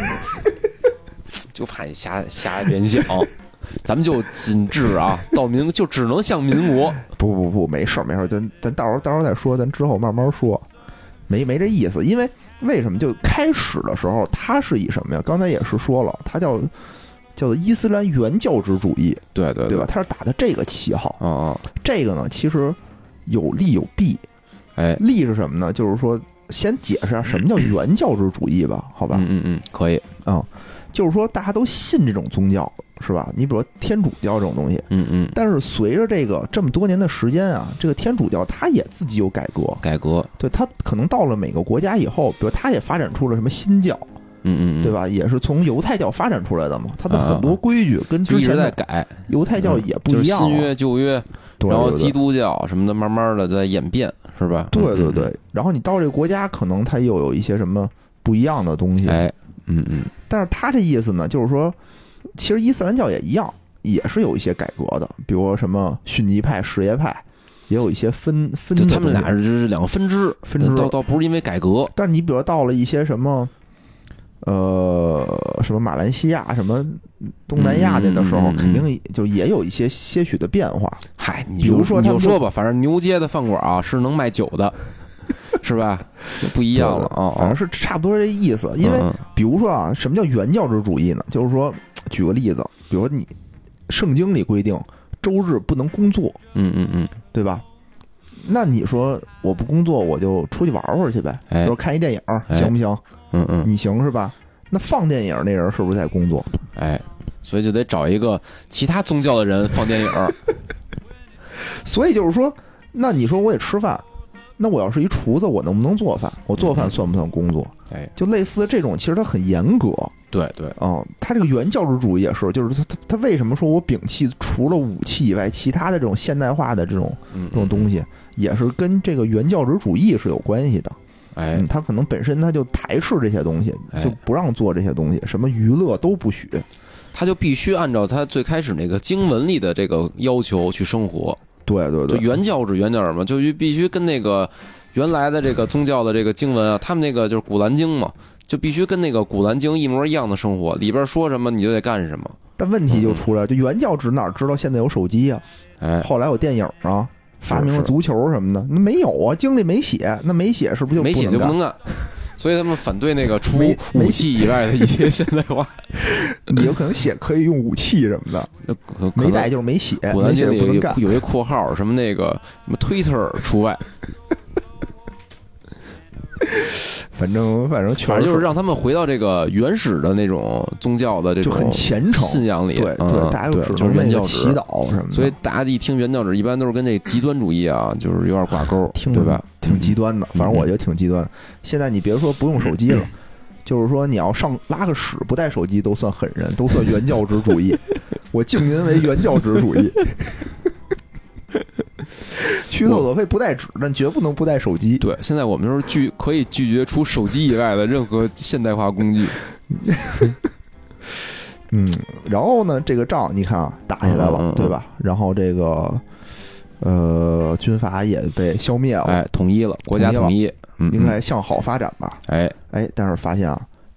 就怕你瞎瞎联想，咱们就紧致啊，到民就只能向民国。 不不不，没事没事，咱咱到时候到时候再说，咱之后慢慢说，没没这意思。因为为什么就开始的时候，他是以什么呀？刚才也是说了，他叫叫做伊斯兰原教旨主义， 对对对, 对吧？他是打的这个旗号。 嗯嗯， 这个呢，其实有利有弊。 哎， 利是什么呢？就是说，先解释下什么叫原教旨主义吧，好吧？ 嗯嗯嗯，可以。 嗯，就是说大家都信这种宗教，是吧？你比如说天主教这种东西， 嗯嗯。 但是随着这个这么多年的时间啊，这个天主教它也自己有改革， 改革。 对，它可能到了每个国家以后，比如它也发展出了什么新教， 嗯嗯， 对吧？也是从犹太教发展出来的嘛，它的很多规矩跟之前在改， 犹太教也不一样， 新约旧约。 对对对， 然后基督教什么的，慢慢的在演变，是吧？ 对对对。然后你到这个国家，可能它又有一些什么不一样的东西。 哎，嗯嗯。 但是他这意思呢，就是说，其实伊斯兰教也一样，也是有一些改革的，比如说什么逊尼派、什叶派，也有一些分分。 就他们俩是两个分支， 分支倒倒不是因为改革。 但是你比如到了一些什么。呃，什么马来西亚、什么东南亚那的时候， 嗯嗯嗯、 肯定就也有一些些许的变化。 嗨，你比如说他就说吧，反正牛街的饭馆啊是能卖酒的，是吧？不一样了啊， 反正是差不多这意思。因为比如说啊，什么叫原教旨主义呢？就是说，举个例子，比如说你圣经里规定周日不能工作， 嗯嗯嗯， 对吧？那你说我不工作，我就出去玩会儿去呗，比如看一电影，行不行？ 嗯嗯， 你行是吧？那放电影那人是不是在工作？ 哎，所以就得找一个其他宗教的人放电影。 所以就是说，那你说我也吃饭，那我要是一厨子，我能不能做饭？我做饭算不算工作？ 哎， 就类似这种，其实它很严格。 对对， 哦，他这个原教旨主义也是，就是他他他为什么说我摒弃除了武器以外，其他的这种现代化的这种这种东西，也是跟这个原教旨主义是有关系的。 哎、 嗯，他可能本身他就排斥这些东西，就不让做这些东西，什么娱乐都不许， 他就必须按照他最开始那个经文里的这个要求去生活。 对对对， 就原教旨原教旨嘛，就必须跟那个原来的这个宗教的这个经文啊，他们那个就是古兰经嘛，就必须跟那个古兰经一模一样的生活，里边说什么你就得干什么。 但问题就出来，就原教旨哪知道现在有手机啊？ 哎， 后来有电影啊。发明了足球什么的，那没有啊，经里没写，那没写是不是就没写就不能干？所以他们反对那个除武器以外的一些现代化。 你有可能写可以用武器什么的，没带就是没写， 古兰经里不能干。 有一括号，什么那个什么 Twitter 除外。 反正反正反正就是让他们回到这个原始的那种宗教的这种很虔诚信仰里， 对对，大家就就是原教旨祈祷什么的。 所以大家一听原教旨，一般都是跟这极端主义啊，就是有点挂钩，对吧？ 挺极端的，反正我觉得挺极端的。现在你别说不用手机了，就是说你要上拉个屎不带手机都算狠人，都算原教旨主义。我敬您为原教旨主义。去厕所可以不带纸，但绝不能不带手机。 对，现在我们就是拒可以拒绝除手机以外的任何现代化工具。 嗯，然后呢，这个仗你看啊，打下来了，嗯嗯嗯对吧？然后这个呃，军阀也被消灭了， 哎，统一了，国家统一， 嗯、应该向好发展吧？ 哎哎，但是发现啊，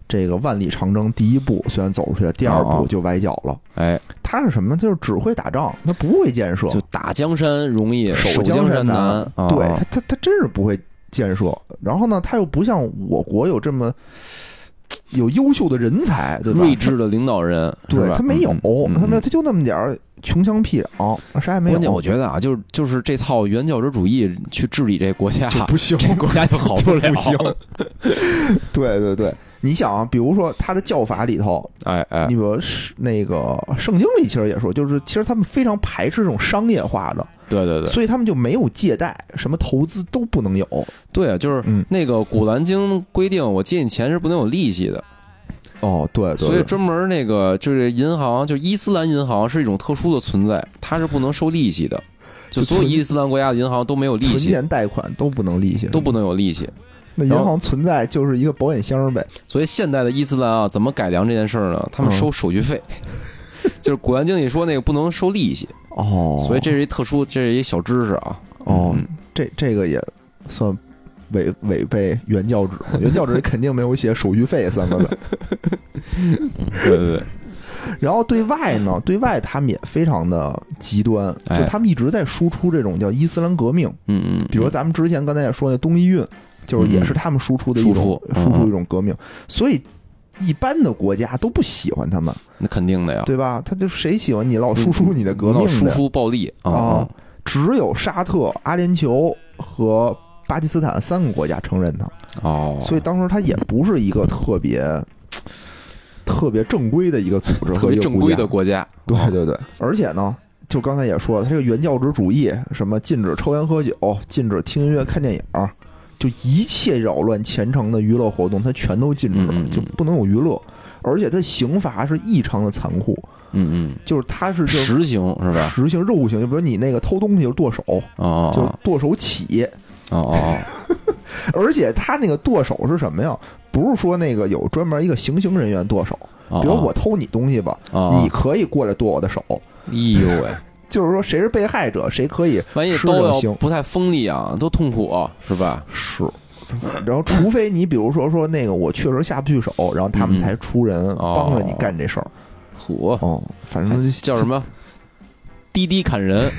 这个万里长征第一步虽然走出去了，第二步就崴脚了。 哦、哎， 他是什么？就是只会打仗，他不会建设。 就打江山容易，守江山难。 难对他，他他真是不会建设。然后呢，他又不像我国有这么有优秀的人才，对吧？ 睿智的领导人， 对他没有， 嗯、 他没有，他就那么点儿穷乡僻壤，啥也没有。 关键我觉得啊，就是就是这套原教旨主义去治理这国家就不行， 这国家就好不了。 不行。对对对。你想啊，比如说他的教法里头， 哎哎， 你比如那个圣经里其实也说，就是其实他们非常排斥这种商业化的， 对对对， 所以他们就没有借贷，什么投资都不能有。 对啊，就是那个古兰经规定，我借你钱是不能有利息的。 哦，对，对， 所以专门那个就是银行，就伊斯兰银行是一种特殊的存在，它是不能收利息的。就所有伊斯兰国家的银行都没有利息， 存钱贷款都不能利息， 都不能有利息。 那银行存在就是一个保险箱呗。 所以现代的伊斯兰啊，怎么改良这件事呢？他们收手续费，嗯、就是古兰经里说那个不能收利息哦。 所以这是一特殊，这是一小知识啊。 哦，嗯、这这个也算违违背原教旨，原教旨肯定没有写手续费三个字。 对对对。 然后对外呢，对外他们也非常的极端，就他们一直在输出这种叫伊斯兰革命。 嗯嗯。 比如咱们之前刚才也说那东伊运。就是也是他们输出的一种、嗯、输出一种革命，所以一般的国家都不喜欢他们。 那肯定的呀， 对吧？他就谁喜欢你老输出你的革命的， 老输出暴力啊、 哦！只有沙特、阿联酋和巴基斯坦三个国家承认他。 哦， 所以当时他也不是一个特别特别正规的一个组织和一个正规的国家。 对对对，而且呢。就刚才也说了，他这个原教旨主义，什么禁止抽烟喝酒，禁止听音乐看电影，就一切扰乱虔诚的娱乐活动，它全都禁止了，就不能有娱乐。而且它刑罚是异常的残酷， 嗯嗯， 就是它是就实刑是吧？ 实刑肉刑，就比如你那个偷东西就剁手， 哦， 就剁手起， 哦哦， 而且他那个剁手是什么呀？不是说那个有专门一个行刑人员剁手，比如我偷你东西吧，你可以过来剁我的手。 哎呦喂！ 就是说，谁是被害者，谁可以万一刀要不太锋利啊，都痛苦、啊，是吧？ 是。然后，除非你比如说说那个我确实下不去手，然后他们才出人帮着你干这事儿。 嚯、嗯！ 哦，反正叫什么？滴滴砍人，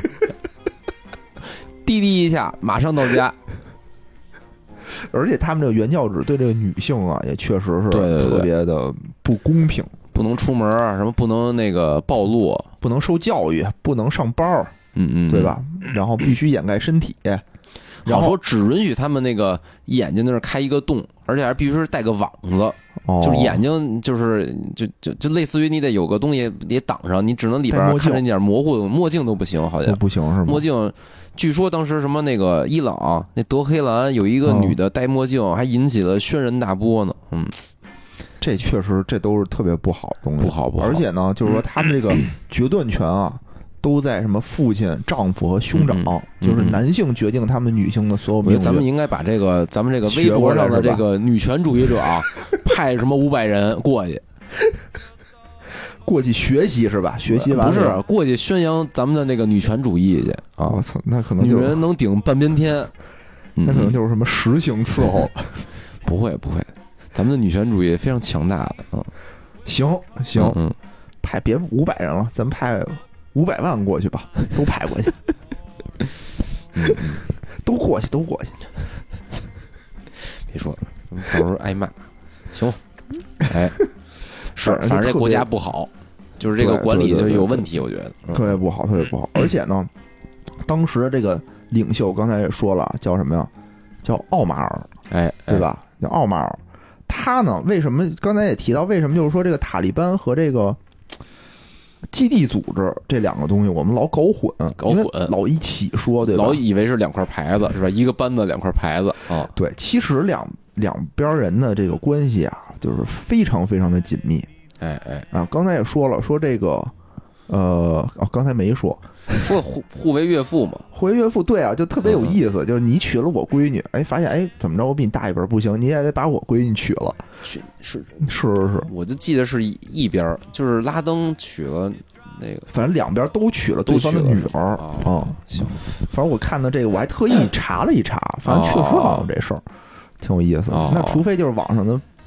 滴滴一下，马上到家。 而且他们这个原教旨对这个女性啊，也确实是特别的不公平。 对对对，不能出门，什么不能那个暴露， 不能受教育，不能上班， 嗯嗯， 对吧？然后必须掩盖身体， 然后说只允许他们那个眼睛那儿开一个洞，而且还必须是带个网子， 哦、 就是眼睛就是就就就类似于你得有个东西得挡上，你只能里边看着一点模糊的，墨镜都不行，好像都不行是吗？ 墨镜，据说当时什么那个伊朗那德黑兰有一个女的戴墨镜，哦、还引起了轩然大波呢，嗯。 这确实，这都是特别不好的东西， 不好不好。 而且呢，就是说他们这个决断权啊，都在什么父亲、丈夫和兄长， 嗯嗯、就是男性决定他们女性的所有命运。 咱们应该把这个咱们这个微博上的这个女权主义者啊，派什么五百人过去， 过去学习是吧？学习完不是过去宣扬咱们的那个女权主义去啊！ 我操，那可能、 就是、女人能顶半边天， 那可能就是什么实行伺候。 不会不会。咱们的女权主义非常强大的，嗯， 行行， 嗯， 派别五百人了，咱们派五百万过去吧，都派过去， 嗯， 都过去，都过去。 别说了，到时候挨骂。行，哎，是，反正这国家不好，就是这个管理就有问题，我觉得、嗯、 特别不好，特别不好。而且呢，当时这个领袖刚才也说了，叫什么呀？叫奥马尔， 哎， 对吧？叫奥马尔。他呢？为什么刚才也提到？为什么就是说这个塔利班和这个基地组织这两个东西，我们老搞混， 搞混， 老一起说，对吧？ 老以为是两块牌子，是吧？一个班子两块牌子啊、哦。 对，其实两两边人的这个关系啊，就是非常非常的紧密。 哎哎啊，刚才也说了，说这个呃，哦，刚才没说， 说互互为岳父嘛， 互为岳父，对啊，就特别有意思，嗯、就是你娶了我闺女，哎，发现哎，怎么着，我比你大一辈不行，你也得把我闺女娶了， 娶是是是是， 我就记得是一边，就是拉登娶了那个， 反正两边都娶了对方的女儿啊、 哦。行， 反正我看到这个，我还特意查了一查，反正确实好像这事儿挺有意思的。 哦、 那除非就是网上的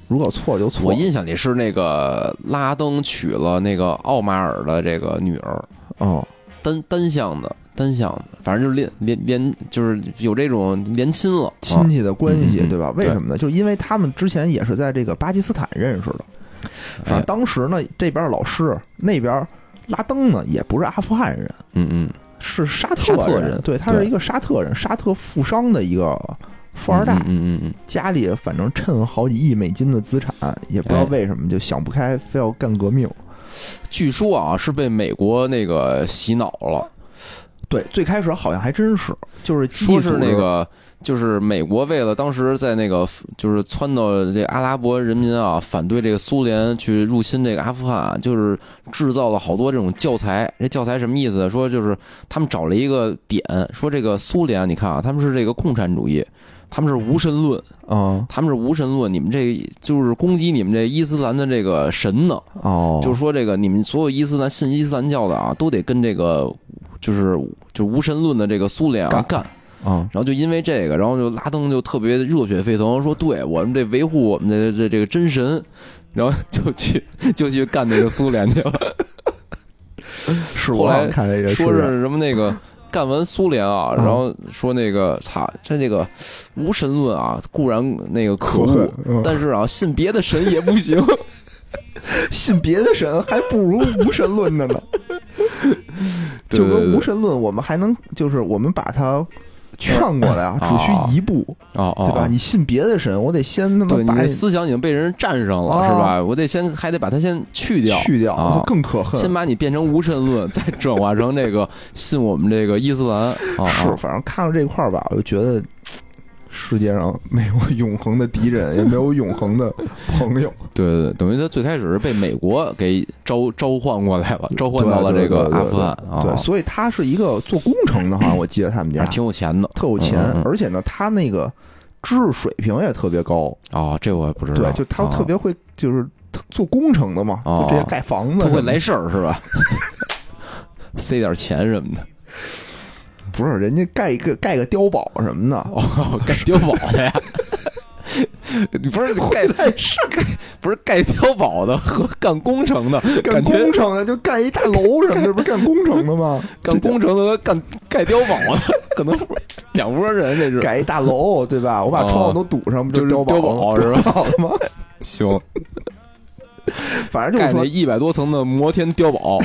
如果错就错。 我印象里是那个拉登娶了那个奥马尔的这个女儿， 哦， 单单向的。单向的，反正就是连连连，就是有这种连亲了， 亲戚的关系， 嗯、 对吧？为什么呢？就是因为他们之前也是在这个巴基斯坦认识的。反正当时呢，这边老师，那边拉登呢，也不是阿富汗人， 嗯嗯， 是沙特人， 沙特人对，他是一个沙特人，沙特富商的一个富二代， 嗯嗯嗯， 家里反正趁好几亿美金的资产，也不知道为什么就想不开，非要干革命。 据说啊，是被美国那个洗脑了。 对，最开始好像还真是，就是说是那个，就是美国为了当时在那个，就是撺掇这阿拉伯人民啊，反对这个苏联去入侵这个阿富汗，就是制造了好多这种教材。这教材什么意思？说就是他们找了一个点，说这个苏联，你看啊，他们是这个共产主义。他们是无神论啊， 他们是无神论，你们这就是攻击你们这伊斯兰的这个神呢。 哦， 就是说这个你们所有伊斯兰信伊斯兰教的啊，都得跟这个就是就无神论的这个苏联啊干啊。 然后就因为这个，然后就拉登就特别热血沸腾，说对我们这维护我们的这这个真神，然后就去就去干那个苏联去了。 是我看这个说是什么那个。干完苏联啊，然后说那个操，这这个无神论啊，固然那个可恶，但是啊，信别的神也不行， 信别的神还不如无神论的呢。就跟无神论，我们还能就是我们把它劝过来啊，只需一步， 哦哦， 对吧？你信别的神，我得先他妈把你的思想已经被人占上了，是吧？我得先还得把它先去掉， 去掉，就更可恨。 先把你变成无神论，再转化成这个信我们这个伊斯兰。 是，反正看到这块儿吧，我就觉得世界上没有永恒的敌人，也没有永恒的朋友。 对对对，等于他最开始是被美国给召召唤过来了，召唤到了这个阿富汗。 对，所以他是一个做工程的，好像我记得他们家挺有钱的， 特有钱，而且呢，他那个知识水平也特别高。 哦，这我也不知道。 对，就他特别会，就是做工程的嘛，就这些盖房子， 他会来事儿是吧？塞点钱什么的。 不是，人家盖一个盖个碉堡什么的， 哦，盖碉堡的呀。你不是盖是盖不是盖碉堡的和干工程的， 干工程的就干一大楼什么的，不是干工程的吗？ 干工程的和干盖碉堡的可能两拨人，这是盖一大楼对吧？我把窗户都堵上，不就是碉堡是吧？ 好了吗？ 行， 反正就是说盖那一百多层的摩天碉堡。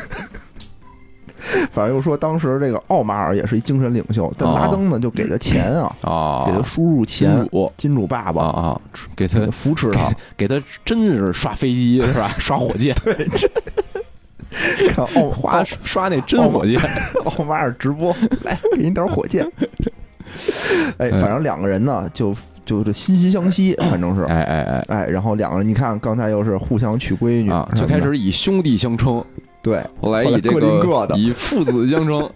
反正又说当时这个奥马尔也是一精神领袖，但拉登呢就给他钱啊， 啊， 给他输入钱， 金主金主爸爸啊，给他扶持他， 给他真是刷飞机是吧？刷火箭， 对，看奥花刷那真火箭， 奥马尔直播来给你点火箭，哎，反正两个人呢就。就是惺惺相惜，反正是， 哎哎哎哎，然后两个人，你看刚才又是互相娶闺女啊，最开始以兄弟相称， 对， 后来以这个各邻各的以父子相称，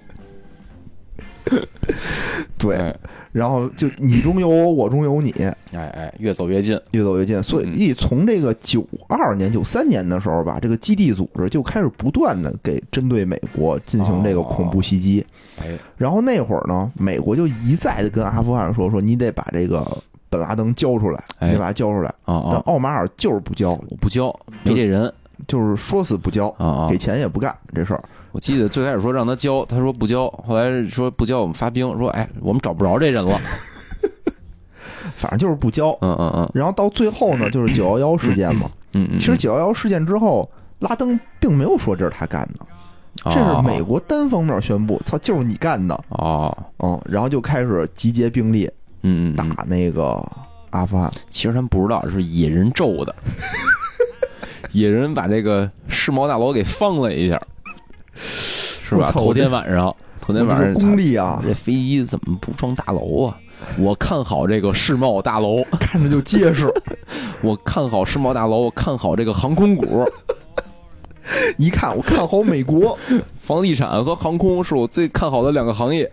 对， 哎、 然后就你中有我，我中有你， 哎哎，越走越近， 越走越近。所以从这个九二年、九三年的时候吧，这个基地组织就开始不断的给针对美国进行这个恐怖袭击。 哦、哎， 然后那会儿呢，美国就一再的跟阿富汗说说，你得把这个本拉登交出来，你得把他交出来。 啊啊！ 但奥马尔就是不交， 我不交，没这人， 就是说死不交啊， 给钱也不干这事儿。 我记得最开始说让他交，他说不交，后来说不交我们发兵，说哎我们找不着这人了， 反正就是不交。 嗯嗯嗯。 然后到最后呢，就是九幺幺事件嘛。 嗯嗯。 其实九幺幺事件之后，拉登并没有说这是他干的。这是美国单方面宣布，操，就是你干的哦， 嗯，然后就开始集结兵力， 嗯， 打那个阿富汗。 其实他们不知道是野人咒的，野人把这个世贸大楼给放了一下，是吧？头天晚上，头天晚上功力啊， 这飞机怎么不撞大楼啊？我看好这个世贸大楼， 看着就结实。 我看好世贸大楼，我看好这个航空股。 一看，我看好美国房地产和航空是我最看好的两个行业，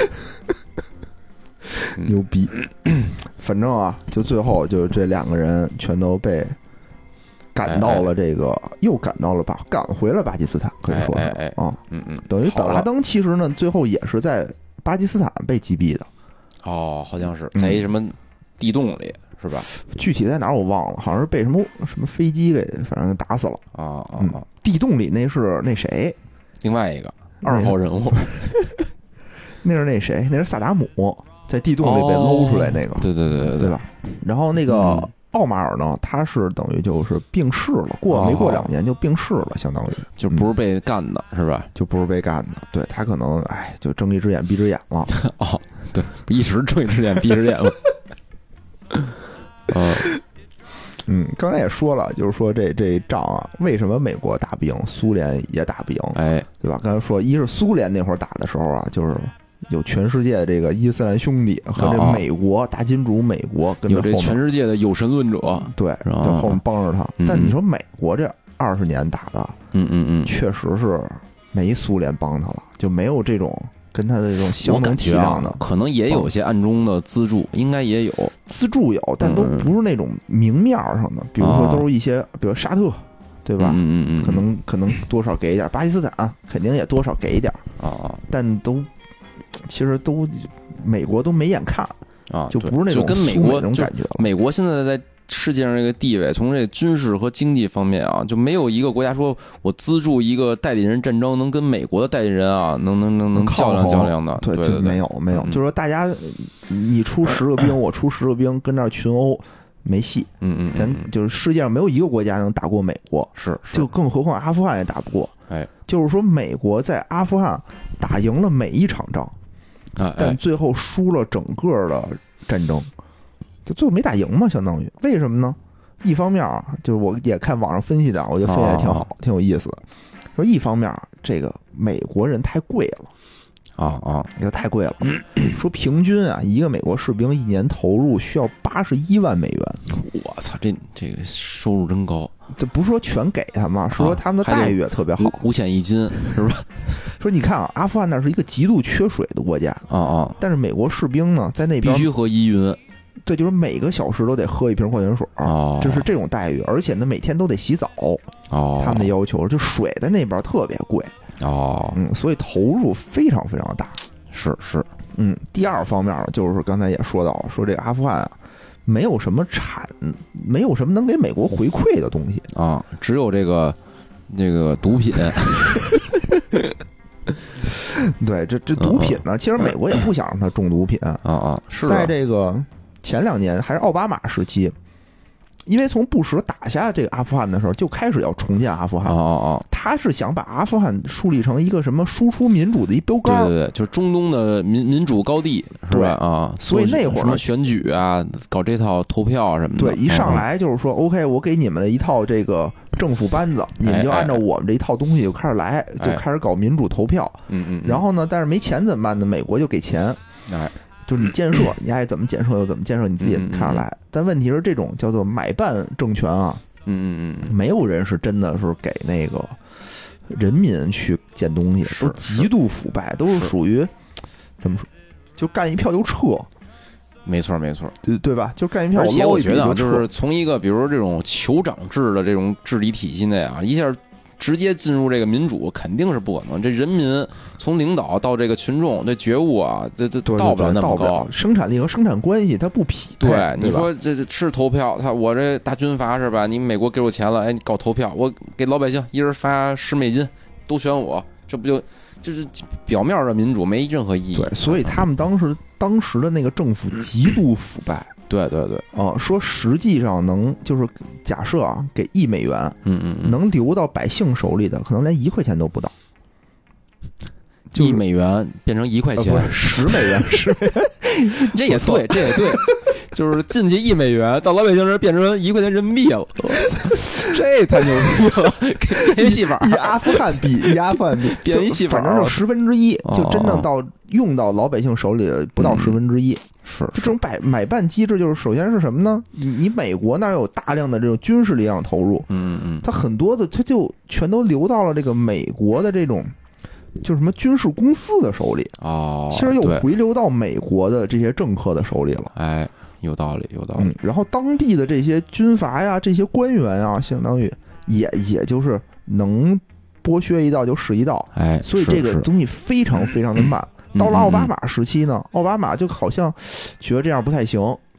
牛逼！反正啊，就最后就这两个人全都被赶到了这个，哎哎又赶到了巴，赶回了巴基斯坦，可以说是啊、 哎哎哎嗯嗯， 等于本拉登其实呢，最后也是在巴基斯坦被击毙的。 哦，好像是在一什么地洞里是吧？ 具体在哪儿我忘了，好像是被什么什么飞机给反正打死了啊啊、 嗯！地洞里那是那谁？ 另外一个二号人物， 那是那谁？那是萨达姆在地洞里被搂出来那个， 哦、对对对对对吧？然后那个。嗯奥马尔呢？他是等于就是病逝了，过没过两年就病逝了，相当于就不是被干的，嗯、是吧？ 就不是被干的。对他可能哎，就睁一只眼闭只眼了。 哦，对，一时睁一只眼闭只眼了。嗯嗯，刚才也说了，就是说这这仗啊，为什么美国打不赢，苏联也打不赢？ 哎， 对吧？刚才说，一是苏联那会儿打的时候啊，就是。有全世界这个伊斯兰兄弟和这美国、哦、大金主美国跟有这全世界的有神论者， 对，在后面帮着他。 嗯、 但你说美国这二十年打的， 嗯嗯嗯， 确实是没苏联帮他了，就没有这种跟他的这种相能体谅的。 啊、可能也有些暗中的资助，嗯、应该也有资助有，但都不是那种明面上的，嗯、比如说都是一些，哦、比如沙特。对吧？ 嗯嗯嗯， 可能可能多少给一点，巴基斯坦肯定也多少给一点啊， 但都其实都美国都没眼看啊， 就不是那种就跟美国那种感觉了。 美国现在在世界上这个地位，从这军事和经济方面啊，就没有一个国家说我资助一个代理人战争能跟美国的代理人啊，能能能能较量较量的。 对对对， 没有没有， 嗯、 就是说大家你出十个兵，我出十个兵，跟那儿群殴。没戏， 嗯嗯， 咱就是世界上没有一个国家能打过美国， 是， 就更何况阿富汗也打不过。 哎， 就是说美国在阿富汗打赢了每一场仗， 啊， 但最后输了整个的战争，就最后没打赢嘛，相当于为什么呢？一方面啊，就是我也看网上分析的，我觉得分析的挺好，挺有意思的。说一方面，这个美国人太贵了。 啊啊， 这个太贵了。说平均啊，一个美国士兵一年投入需要八十一万美元。 我操，这这个收入真高。 这不是说全给他们，是说他们的待遇也特别好， 五险一金是吧？ 说你看啊，阿富汗那是一个极度缺水的国家啊啊， 但是美国士兵呢，在那边必须喝依云。 对，就是每个小时都得喝一瓶矿泉水， 哦， 就是这种待遇，而且呢，每天都得洗澡。 哦， 他们的要求就水在那边特别贵。 哦， 嗯，所以投入非常非常大。 是是， 嗯，第二方面呢，就是刚才也说到，说这个阿富汗啊，没有什么产，没有什么能给美国回馈的东西啊，只有这个这个毒品。 对，这这毒品呢，其实美国也不想让他种毒品啊啊，是在这个前两年还是奥巴马时期。因为从布什打下这个阿富汗的时候，就开始要重建阿富汗。 哦哦， 他是想把阿富汗树立成一个什么输出民主的一标杆。 对对对，就是中东的民民主高地，是吧？啊， 所以那会儿什么选举啊，搞这套投票什么的。 对，一上来就是说、嗯、，OK， 我给你们的一套这个政府班子，你们就按照我们这一套东西就开始来， 哎、 就开始搞民主投票。 嗯嗯。 然后呢，但是没钱怎么办呢？美国就给钱。 哎。 就是你建设，你爱怎么建设就怎么建设，你自己看着来。 嗯嗯嗯， 但问题是，这种叫做买办政权啊， 嗯嗯嗯， 没有人是真的是给那个人民去建东西，都极度腐败，都是属于怎么说，就干一票就撤。 没错没错， 对对吧？就干一票， 而且我觉得就就是从一个比如说这种酋长制的这种治理体系内啊，一下直接进入这个民主肯定是不可能。这人民从领导到这个群众，这觉悟啊，这这到不了那么高。 生产力和生产关系它不匹配。 对，你说这是投票，他我这大军阀是吧？你美国给我钱了，哎，你搞投票，我给老百姓一人发十美金，都选我，这不就就是表面的民主没任何意义。 对，所以他们当时当时的那个政府极度腐败。 对对对， 哦、呃，说实际上能就是假设啊，给一美元， 嗯嗯嗯， 能流到百姓手里的，可能连一块钱都不到。 一美元变成一块钱， 呃、十美元，十美元， 这也对，这也对，就是进去一美元，到老百姓这变成一块钱人民币了，这太牛逼了！变一戏法， 一阿富汗币，一阿富汗币， 变一戏法， 反正就十分之一，就真正到用到老百姓手里的不到十分之一。 是这种买买办机制，就是首先是什么呢？你你美国那儿有大量的这种军事力量投入， 嗯嗯， 它很多的它就全都流到了这个美国的这种。就是什么军事公司的手里哦， 其实又回流到美国的这些政客的手里了。 哎，有道理，有道理。 嗯，然后当地的这些军阀呀，这些官员啊，相当于也也就是能剥削一道就是一道。 哎， 所以这个东西非常非常的慢。到了奥巴马时期呢，奥巴马就好像觉得这样不太行，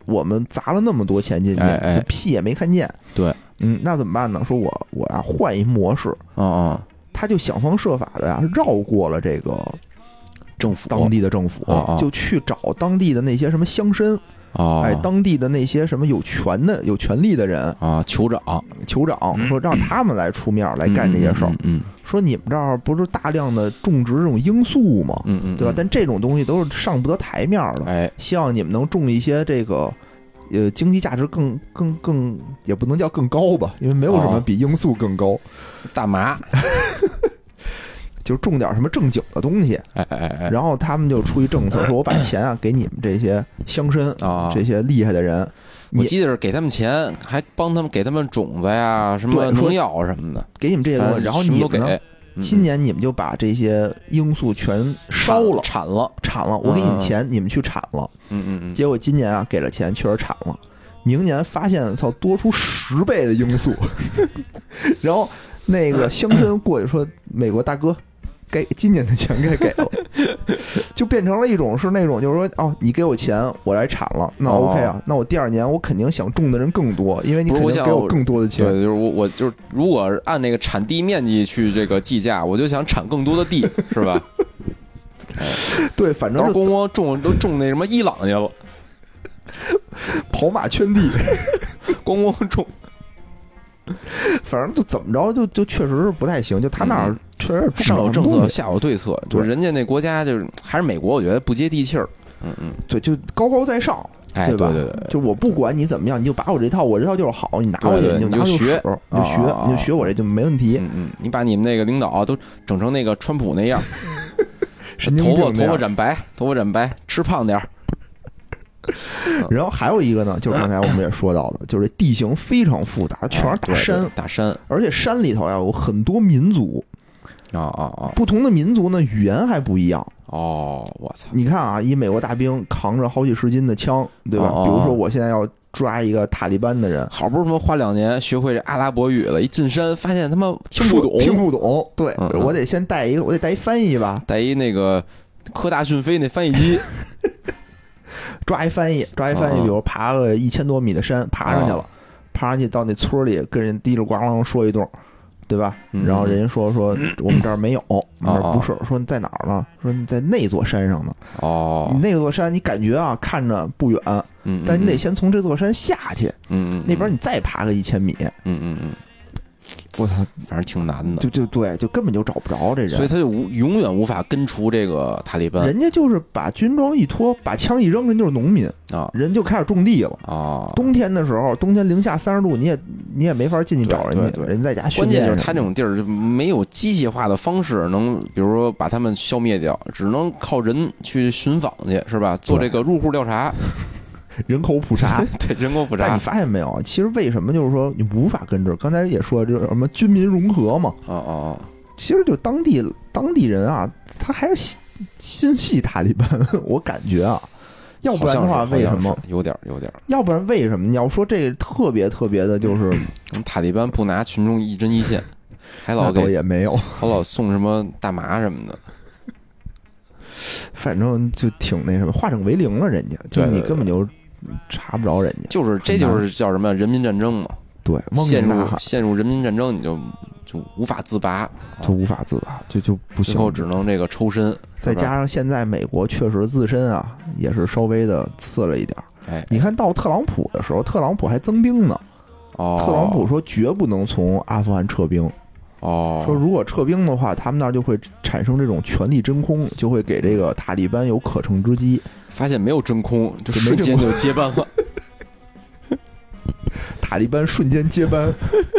我们砸了那么多钱进去， 哎哎就屁也没看见。 对， 嗯，那怎么办呢？说我我呀换一模式， 啊啊， 他就想方设法的呀绕过了这个政府当地的政府， 哦哦就去找当地的那些什么乡绅。 啊， 哎，当地的那些什么有权的、有权利的人啊，酋长、 酋长说让他们来出面来干这些事儿。 嗯，嗯嗯说你们这儿不是大量的种植这种罂粟吗？ 嗯嗯， 对吧？但这种东西都是上不得台面的。 哎， 希望你们能种一些这个，呃，经济价值更更更，也不能叫更高吧，因为没有什么比罂粟更高。 大麻。 就种点什么正经的东西， 哎哎哎， 然后他们就出一政策，说我把钱啊给你们这些乡绅啊， 这些厉害的人， 我记得是给他们钱，还帮他们给他们种子呀，什么农药什么的， 给你们这些东西，然后你们呢，今年你们就把这些罂粟全烧了， 产了， 产了，我给你们钱，你们去产了， 嗯嗯嗯， 结果今年啊给了钱，确实产了，明年发现操多出十倍的罂粟，然后那个乡绅过去说，美国大哥。该今年的钱该给了，就变成了一种是那种就是说哦，你给我钱，我来产了，那 OK 啊，那我第二年我肯定想种的人更多，因为你肯定给我更多的钱。 对，就是我我就是如果按那个产地面积去这个计价，我就想产更多的地，是吧？ 对，反正咣咣种都种那什么伊朗去了， 跑马圈地， 咣咣种。 反正就怎么着，就就确实是不太行。就他那儿确实上有政策，下有对策，就是人家那国家就是还是美国，我觉得不接地气儿。嗯嗯， 对，就高高在上，对吧？ 对对对， 就我不管你怎么样，你就把我这套，我这套就是好，你拿回去， 你就学， 你就学，你就学我这就没问题。 嗯嗯，你把你们那个领导都整成那个川普那样，头发头发染白，头发染白，吃胖点儿。 然后还有一个呢，就是刚才我们也说到的，就是地形非常复杂，全是大山， 大山， 而且山里头呀有很多民族， 啊啊啊！ 不同的民族呢语言还不一样。 哦，我操！ 你看啊，一美国大兵扛着好几十斤的枪，对吧？比如说我现在要抓一个塔利班的人， 好不容易花两年学会这阿拉伯语了，一进山发现他妈听不懂， 听不懂。对，我得先带一个，我得带一翻译吧， 带一那个科大讯飞那翻译机。 抓一翻译，抓一翻译，比如爬个一千多米的山，爬上去了，爬上去到那村里跟人嘀里呱啷说一顿，对吧？然后人家说说我们这儿没有，我们这儿不是，说你在哪儿呢？说你在那座山上呢。 哦， 你那座山你感觉啊看着不远，但你得先从这座山下去， 嗯嗯， 那边你再爬个一千米， 嗯嗯嗯。 我操， 反正挺难的， 就就对，就根本就找不着这人， 所以他就无永远无法根除这个塔利班。 人家就是把军装一脱，把枪一扔，人就是农民啊， 人就开始种地了啊。 冬天的时候，冬天零下三十度，你也你也没法进去找人家，人在家训练。 关键就是他这种地儿没有机械化的方式能，比如说把他们消灭掉，只能靠人去寻访去，是吧？做这个入户调查。 人口普查， 对人口普查。 但你发现没有？其实为什么就是说你无法根治？刚才也说这什么军民融合嘛。 哦哦， 其实就当地当地人啊，他还是心系塔利班，我感觉啊，要不然的话为什么？ 有点有点。 要不然为什么？你要说这个特别特别的，就是塔利班不拿群众一针一线，还老给也没有， 还老送什么大麻什么的。 反正就挺那什么，化整为零了，人家就你根本就。查不着人家， 就是这就是叫什么人民战争嘛？ 对， 陷入陷入人民战争，你就就无法自拔， 就无法自拔，就就不行， 最后只能这个抽身。 再加上现在美国确实自身啊也是稍微的次了一点。 哎， 你看到特朗普的时候，特朗普还增兵呢。 哦， 特朗普说绝不能从阿富汗撤兵。 哦， 说如果撤兵的话，他们那儿就会产生这种权力真空，就会给这个塔利班有可乘之机。 发现没有真空，就瞬间就接班了。 塔利班瞬间接班。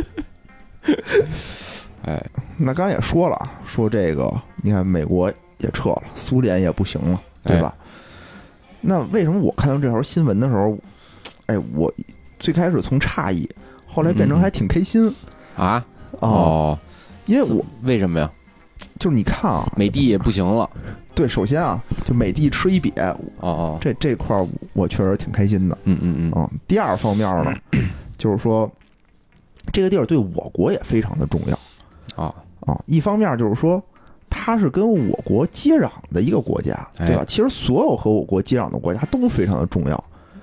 哎， 那刚才也说了，说这个你看美国也撤了，苏联也不行了，对吧？哎、那为什么我看到这条新闻的时候，哎，我最开始从诧异，后来变成还挺开心、 嗯、啊？ 哦，因为我为什么呀？ 就是你看啊， 美帝也不行了。 对，首先啊，就美帝吃一瘪， 哦哦， 这这块我确实挺开心的。 嗯嗯嗯。 嗯，第二方面呢，就是说这个地儿对我国也非常的重要。啊啊，一方面就是说它是跟我国接壤的一个国家，对吧？ 哎、 其实所有和我国接壤的国家都非常的重要。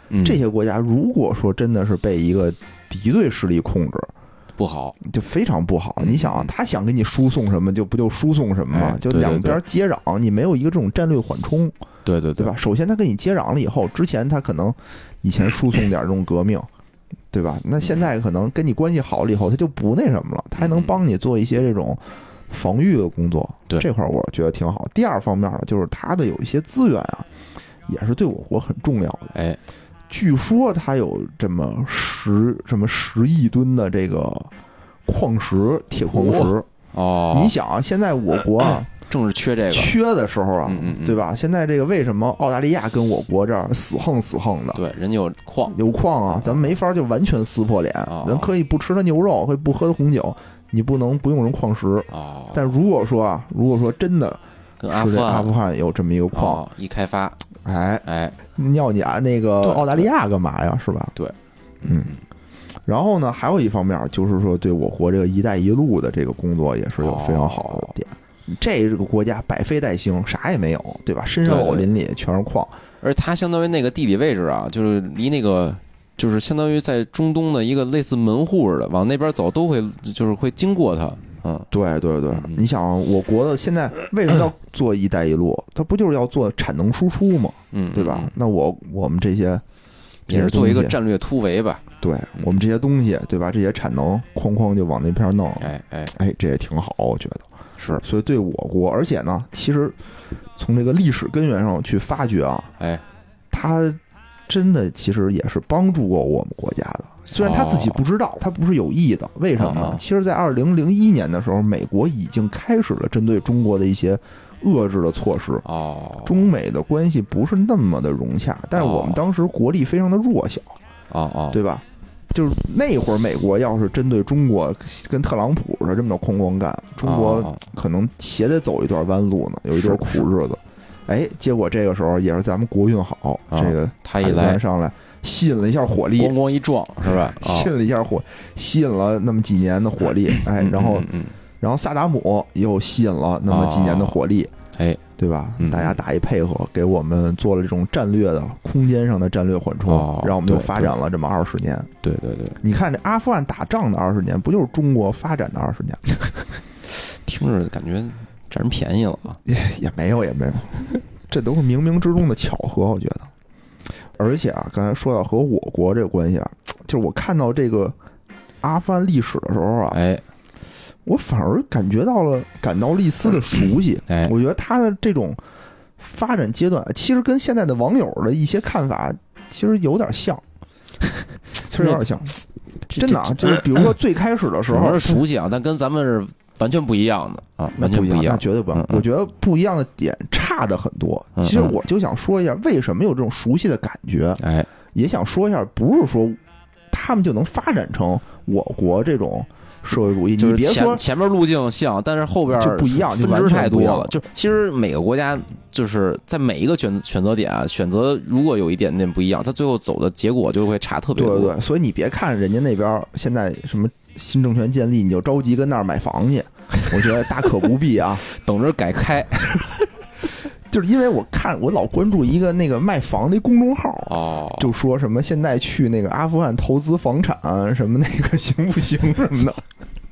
嗯， 这些国家如果说真的是被一个敌对势力控制， 不好， 就非常不好。 嗯、 你想啊，他想给你输送什么，就不就输送什么嘛， 哎、 就两边接壤，你没有一个这种战略缓冲， 对对 对, 对吧？首先他跟你接壤了以后，之前他可能以前输送点这种革命，对吧？那现在可能跟你关系好了以后，他就不那什么了，他还能帮你做一些这种防御的工作， 对这块我觉得挺好。第二方面呢，就是他的有一些资源啊，也是对我国很重要的。 哎， 据说他有这么十什么十亿吨的这个矿石，铁矿石。 哦， 你想啊，现在我国啊， 正是缺这个， 缺的时候啊， 嗯嗯嗯对吧？现在这个为什么澳大利亚跟我国这儿死横死横的？ 对，人家有矿， 有矿啊，咱们没法就完全撕破脸。 哦、 咱可以不吃他牛肉，可以不喝他红酒，你不能不用人矿石。 哦， 但如果说啊，如果说真的跟阿富汗阿富汗有这么一个矿， 哦、一开发， 哎哎， 尿你啊那个澳大利亚干嘛呀？是吧？ 对， 嗯。然后呢，还有一方面就是说，对我国这个“一带一路”的这个工作也是有非常好的点。哦、这个国家百废待兴，啥也没有，对吧？深山老林里全是矿， 而它相当于那个地理位置啊，就是离那个，就是相当于在中东的一个类似门户似的，往那边走都会，就是会经过它。嗯， 对对对，嗯、你想，我国的现在为什么要做“一带一路”？它不就是要做产能输出吗？ 嗯， 对吧？那我我们这些也是做一个战略突围吧。 对我们这些东西，对吧？这些产能哐哐就往那边弄， 哎哎哎，这也挺好，我觉得是。 所以对我国，而且呢，其实从这个历史根源上去发掘啊， 哎， 他真的其实也是帮助过我们国家的。虽然他自己不知道，他不是有意的。为什么呢？其实，在二零零一年的时候，美国已经开始了针对中国的一些遏制的措施。 哦， 中美的关系不是那么的融洽，但是我们当时国力非常的弱小。 哦哦， 对吧？就是那会儿，美国要是针对中国跟特朗普似的这么着哐哐干，中国可能且得走一段弯路呢，有一段苦日子。哎，结果这个时候也是咱们国运好， 啊、 这个他一来上来吸引了一下火力， 咣咣一撞是吧？ 吸引了一下火，吸引了那么几年的火力，哎，然后、 嗯嗯嗯、 然后萨达姆又吸引了那么几年的火力， 哎， 对吧？ 嗯、 大家打一配合，给我们做了这种战略的空间上的战略缓冲， 哦、 让我们就发展了这么二十年。 对对对， 你看这阿富汗打仗的二十年，不就是中国发展的二十年？ 听着感觉占人便宜了啊！ 也也没有也没有，这都是冥冥之中的巧合，我觉得。而且啊，刚才说到和我国这个关系啊，就是我看到这个阿富汗历史的时候啊， 哎， 我反而感觉到了感到了一丝的熟悉。 哎， 我觉得他的这种发展阶段，其实跟现在的网友的一些看法其实有点像，其实有点像，真的啊，就是比如说最开始的时候是熟悉啊，但跟咱们是完全不一样的啊，完全不一样， 那绝对不一样。我觉得不一样的点差的很多。其实我就想说一下，为什么有这种熟悉的感觉？ 哎， 也想说一下，不是说他们就能发展成我国这种社会主义。你别说前面路径像，但是后边就不一样， 分支太多了。就其实每个国家就是在每一个选选择点啊，选择如果有一点点不一样，它最后走的结果就会差特别多。 对对，所以你别看人家那边现在什么新政权建立，你就着急跟那儿买房去，我觉得大可不必啊， 等着改开。 就是因为我看我老关注一个那个卖房的公众号哦， 就说什么现在去那个阿富汗投资房产什么那个行不行什么的。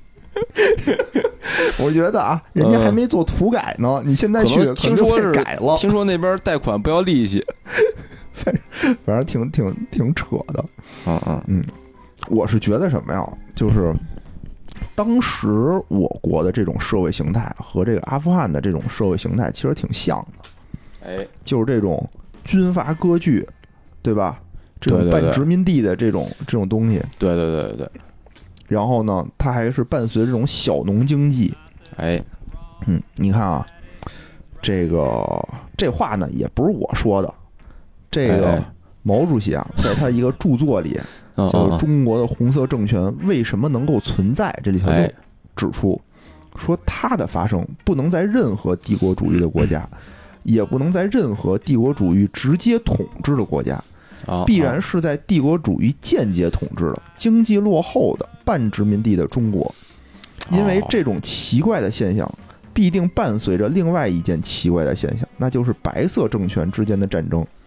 我觉得啊，人家还没做土改呢，你现在去听说是改了， 听说那边贷款不要利息， 反正反正挺挺挺扯的。 嗯嗯嗯，我是觉得什么呀，就是当时我国的这种社会形态和这个阿富汗的这种社会形态其实挺像的。 哎， 就是这种军阀割据，对吧？这种半殖民地的这种这种东西， 对对对对对。 然后呢，它还是伴随这种小农经济。 哎， 嗯，你看啊，这个这话呢也不是我说的，这个毛主席啊，在他一个著作里，叫《中国的红色政权为什么能够存在》这里头就指出，说它的发生不能在任何帝国主义的国家。也不能在任何帝国主义直接统治的国家，必然是在帝国主义间接统治的、经济落后的半殖民地的中国。因为这种奇怪的现象，必定伴随着另外一件奇怪的现象，那就是白色政权之间的战争。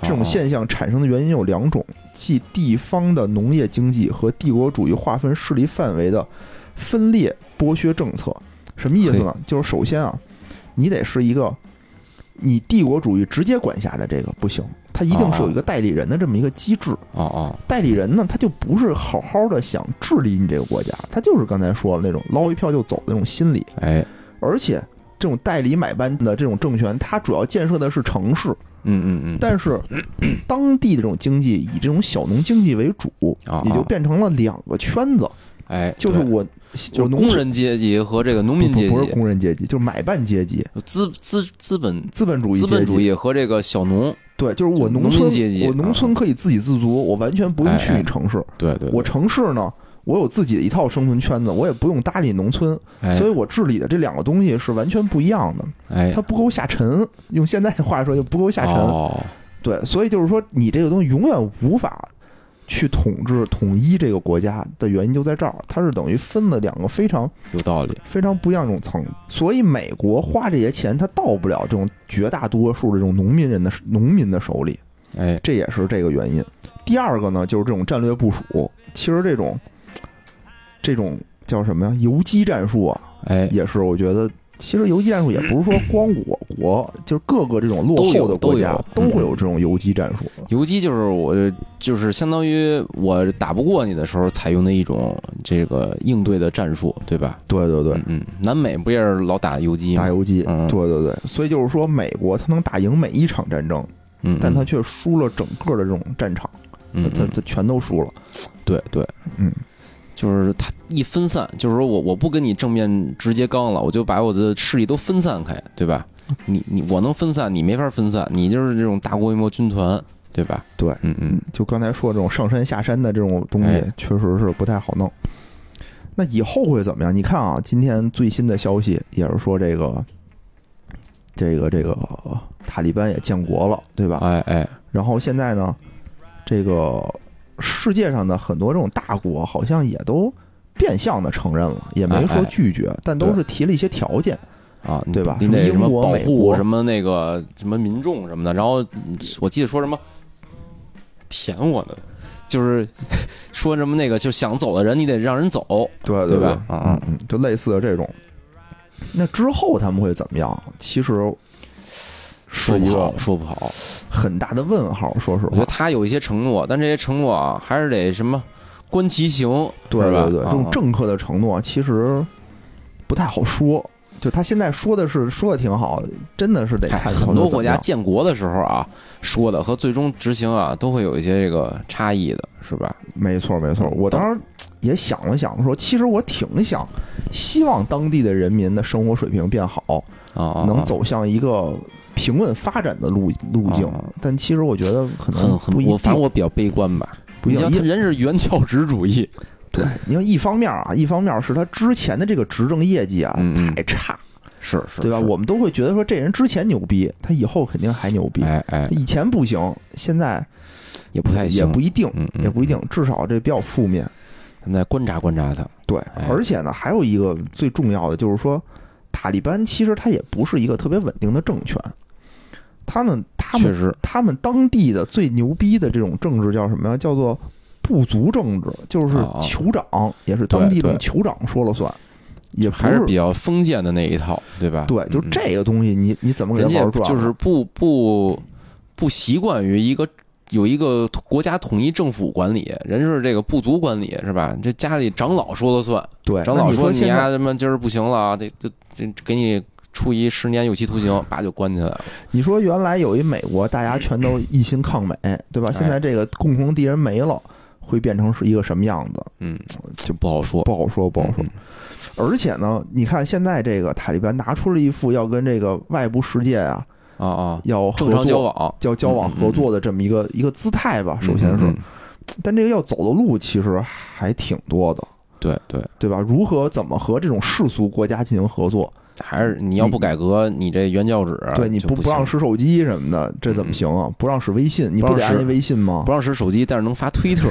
这种现象产生的原因有两种，即地方的农业经济和帝国主义划分势力范围的分裂剥削政策。什么意思呢？就是首先啊，你得是一个你帝国主义直接管辖的这个不行，它一定是有一个代理人的这么一个机制。 哦哦， 代理人呢，他就不是好好的想治理你这个国家，他就是刚才说的那种捞一票就走的那种心理。 哎， 而且这种代理买办的这种政权，它主要建设的是城市。 嗯嗯嗯， 但是当地的这种经济以这种小农经济为主，也就变成了两个圈子。 哎， 就是我， 就是工人阶级和这个农民阶级， 不是工人阶级，就是买办阶级， 资资资本资本主义资本主义和这个小农。 对，就是我农村阶级，我农村可以自给自足，我完全不用去你城市。 对对， 我城市呢，我有自己的一套生存圈子，我也不用搭理农村，所以我治理的这两个东西是完全不一样的。 哎， 它不够下沉，用现在的话说就不够下沉。 哦， 对，所以就是说，你这个东西永远无法去统治统一这个国家的原因就在这儿，它是等于分了两个非常有道理、 非常不一样这种层。所以美国花这些钱，它到不了这种绝大多数的这种农民人的农民的手里， 哎， 这也是这个原因。第二个呢，就是这种战略部署，其实这种这种叫什么呀？游击战术啊， 哎， 也是我觉得。其实游击战术也不是说光我国，就是各个这种落后的国家都会有这种游击战术。 游击就是我就是相当于我打不过你的时候采用的一种这个应对的战术，对吧？ 对对对， 嗯，南美不也是老打游击吗？ 打游击， 嗯， 对对对。所以就是说，美国它能打赢每一场战争， 嗯， 但它却输了整个的这种战场， 嗯， 它它全都输了。 对对， 嗯。 就是他一分散，就是说我我不跟你正面直接刚了，我就把我的势力都分散开，对吧？你你我能分散，你没法分散，你就是这种大规模军团，对吧？ 对， 嗯嗯， 就刚才说这种上山下山的这种东西， 哎、 确实是不太好弄。那以后会怎么样？你看啊，今天最新的消息也是说这个这个这个塔利班也建国了，对吧？ 哎哎， 然后现在呢，这个。世界上的很多这种大国好像也都变相的承认了，也没说拒绝， 哎哎但都是提了一些条件啊， 对吧？ 你得什么保护什么那个什么民众什么的，然后我记得说什么舔我呢，就是说什么那个就想走的人你得让人走， 对对吧？ 嗯嗯，就类似的这种。那之后他们会怎么样？其实。 说不好，说不好， 很大的问号。说实话， 我觉得他有一些承诺，但这些承诺啊，还是得什么观其行， 对对对， 这种政客的承诺其实不太好说。就他现在说的是说的挺好，真的是得看很多国家建国的时候啊说的和最终执行啊都会有一些这个差异的，是吧？ 没错没错，我当时也想了想说，其实我挺想希望当地的人民的生活水平变好啊， 能走向一个。平稳发展的路路径， 啊、 但其实我觉得可能不一定。 我反正我比较悲观吧。 不一定， 他人是原教旨主义。 对，你看，一方面啊，一方面是他之前的这个执政业绩啊、 嗯、 太差， 是是， 对吧？我们都会觉得说这人之前牛逼，他以后肯定还牛逼。 哎哎， 以前不行，现在也不太行， 也不一定， 嗯嗯、 也不一定。至少这比较负面。 咱再观察观察他。 对， 哎、 而且呢，还有一个最重要的就是说，塔利班其实他也不是一个特别稳定的政权。他们他们他们当地的最牛逼的这种政治叫什么呀？叫做部族政治，就是酋长、哦、也是当地的酋长说了算，也不还是比较封建的那一套，对吧？ 对，就这个东西你，你你怎么给他玩转？ 就是不不不习惯于一个有一个国家统一政府管理，人是这个部族管理，是吧？这家里长老说了算， 对， 长老说你呀什么今儿不行了，这这这给你。处以十年有期徒刑，叭就关起来了。 你说原来有一美国，大家全都一心抗美，对吧？现在这个共同敌人没了，会变成是一个什么样子？ 嗯，就不好说， 不好说，不好说。 嗯、 而且呢，你看现在这个塔利班拿出了一副要跟这个外部世界啊啊啊要正常交往、 要交往合作的这么一个、 嗯、 一个姿态吧。首先是， 嗯、 但这个要走的路其实还挺多的。 对对对吧？如何怎么和这种世俗国家进行合作？ 还是你要不改革，你, 你这原教旨， 对你不不让使手机什么的，这怎么行啊？嗯、不让使微信，你不得安微信吗？ 不让使手机，但是能发推特，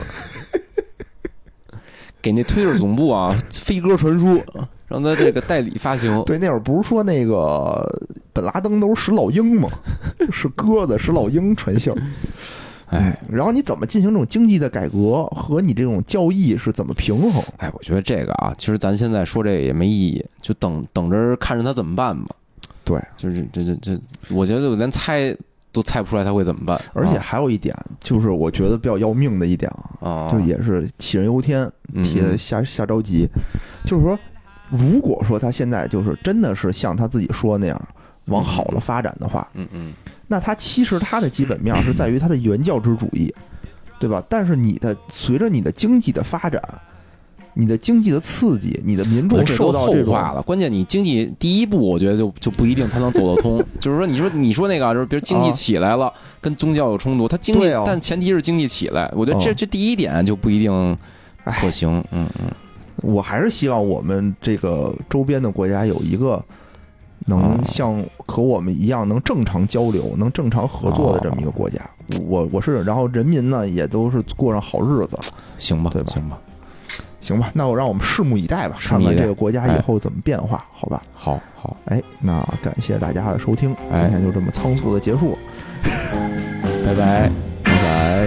给那推特总部啊飞鸽传书，让他这个代理发行。 对，那会儿不是说那个本拉登都是使老鹰嘛，是鸽子，使老鹰传信儿。 哎， 然后你怎么进行这种经济的改革和你这种教义是怎么平衡？ 哎，我觉得这个啊，其实咱现在说这个也没意义，就等等着看着他怎么办吧。 对， 就是这这这，我觉得我连猜都猜不出来他会怎么办。 而且还有一点，就是我觉得比较要命的一点啊， 就也是杞人忧天，替他瞎瞎着急。就是说，如果说他现在就是真的是像他自己说那样往好了发展的话， 嗯嗯。 那它其实它的基本面是在于它的原教旨主义，对吧？但是你的随着你的经济的发展，你的经济的刺激，你的民众受到这后话了。关键你经济第一步，我觉得就就不一定它能走得通。就是说，你说你说那个，就是比如经济起来了，跟宗教有冲突，它经济，但前提是经济起来。我觉得这这第一点就不一定可行。嗯嗯， 我还是希望我们这个周边的国家有一个能像和我们一样能正常交流、能正常合作的这么一个国家，我我是，然后人民呢也都是过上好日子， 行吧？ 对吧？ 行吧， 行吧，那我让我们拭目以待吧，看看这个国家以后怎么变化，好吧？ 好好， 哎，那感谢大家的收听，今天就这么仓促的结束， 拜拜， 拜拜。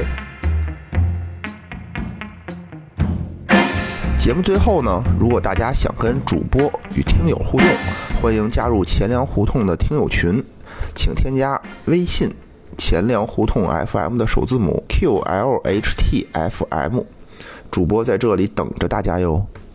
节目最后呢，如果大家想跟主播与听友互动，欢迎加入钱粮胡同的听友群，请添加微信钱粮胡同 F M 的首字母 Q L H T F M， 主播在这里等着大家哟。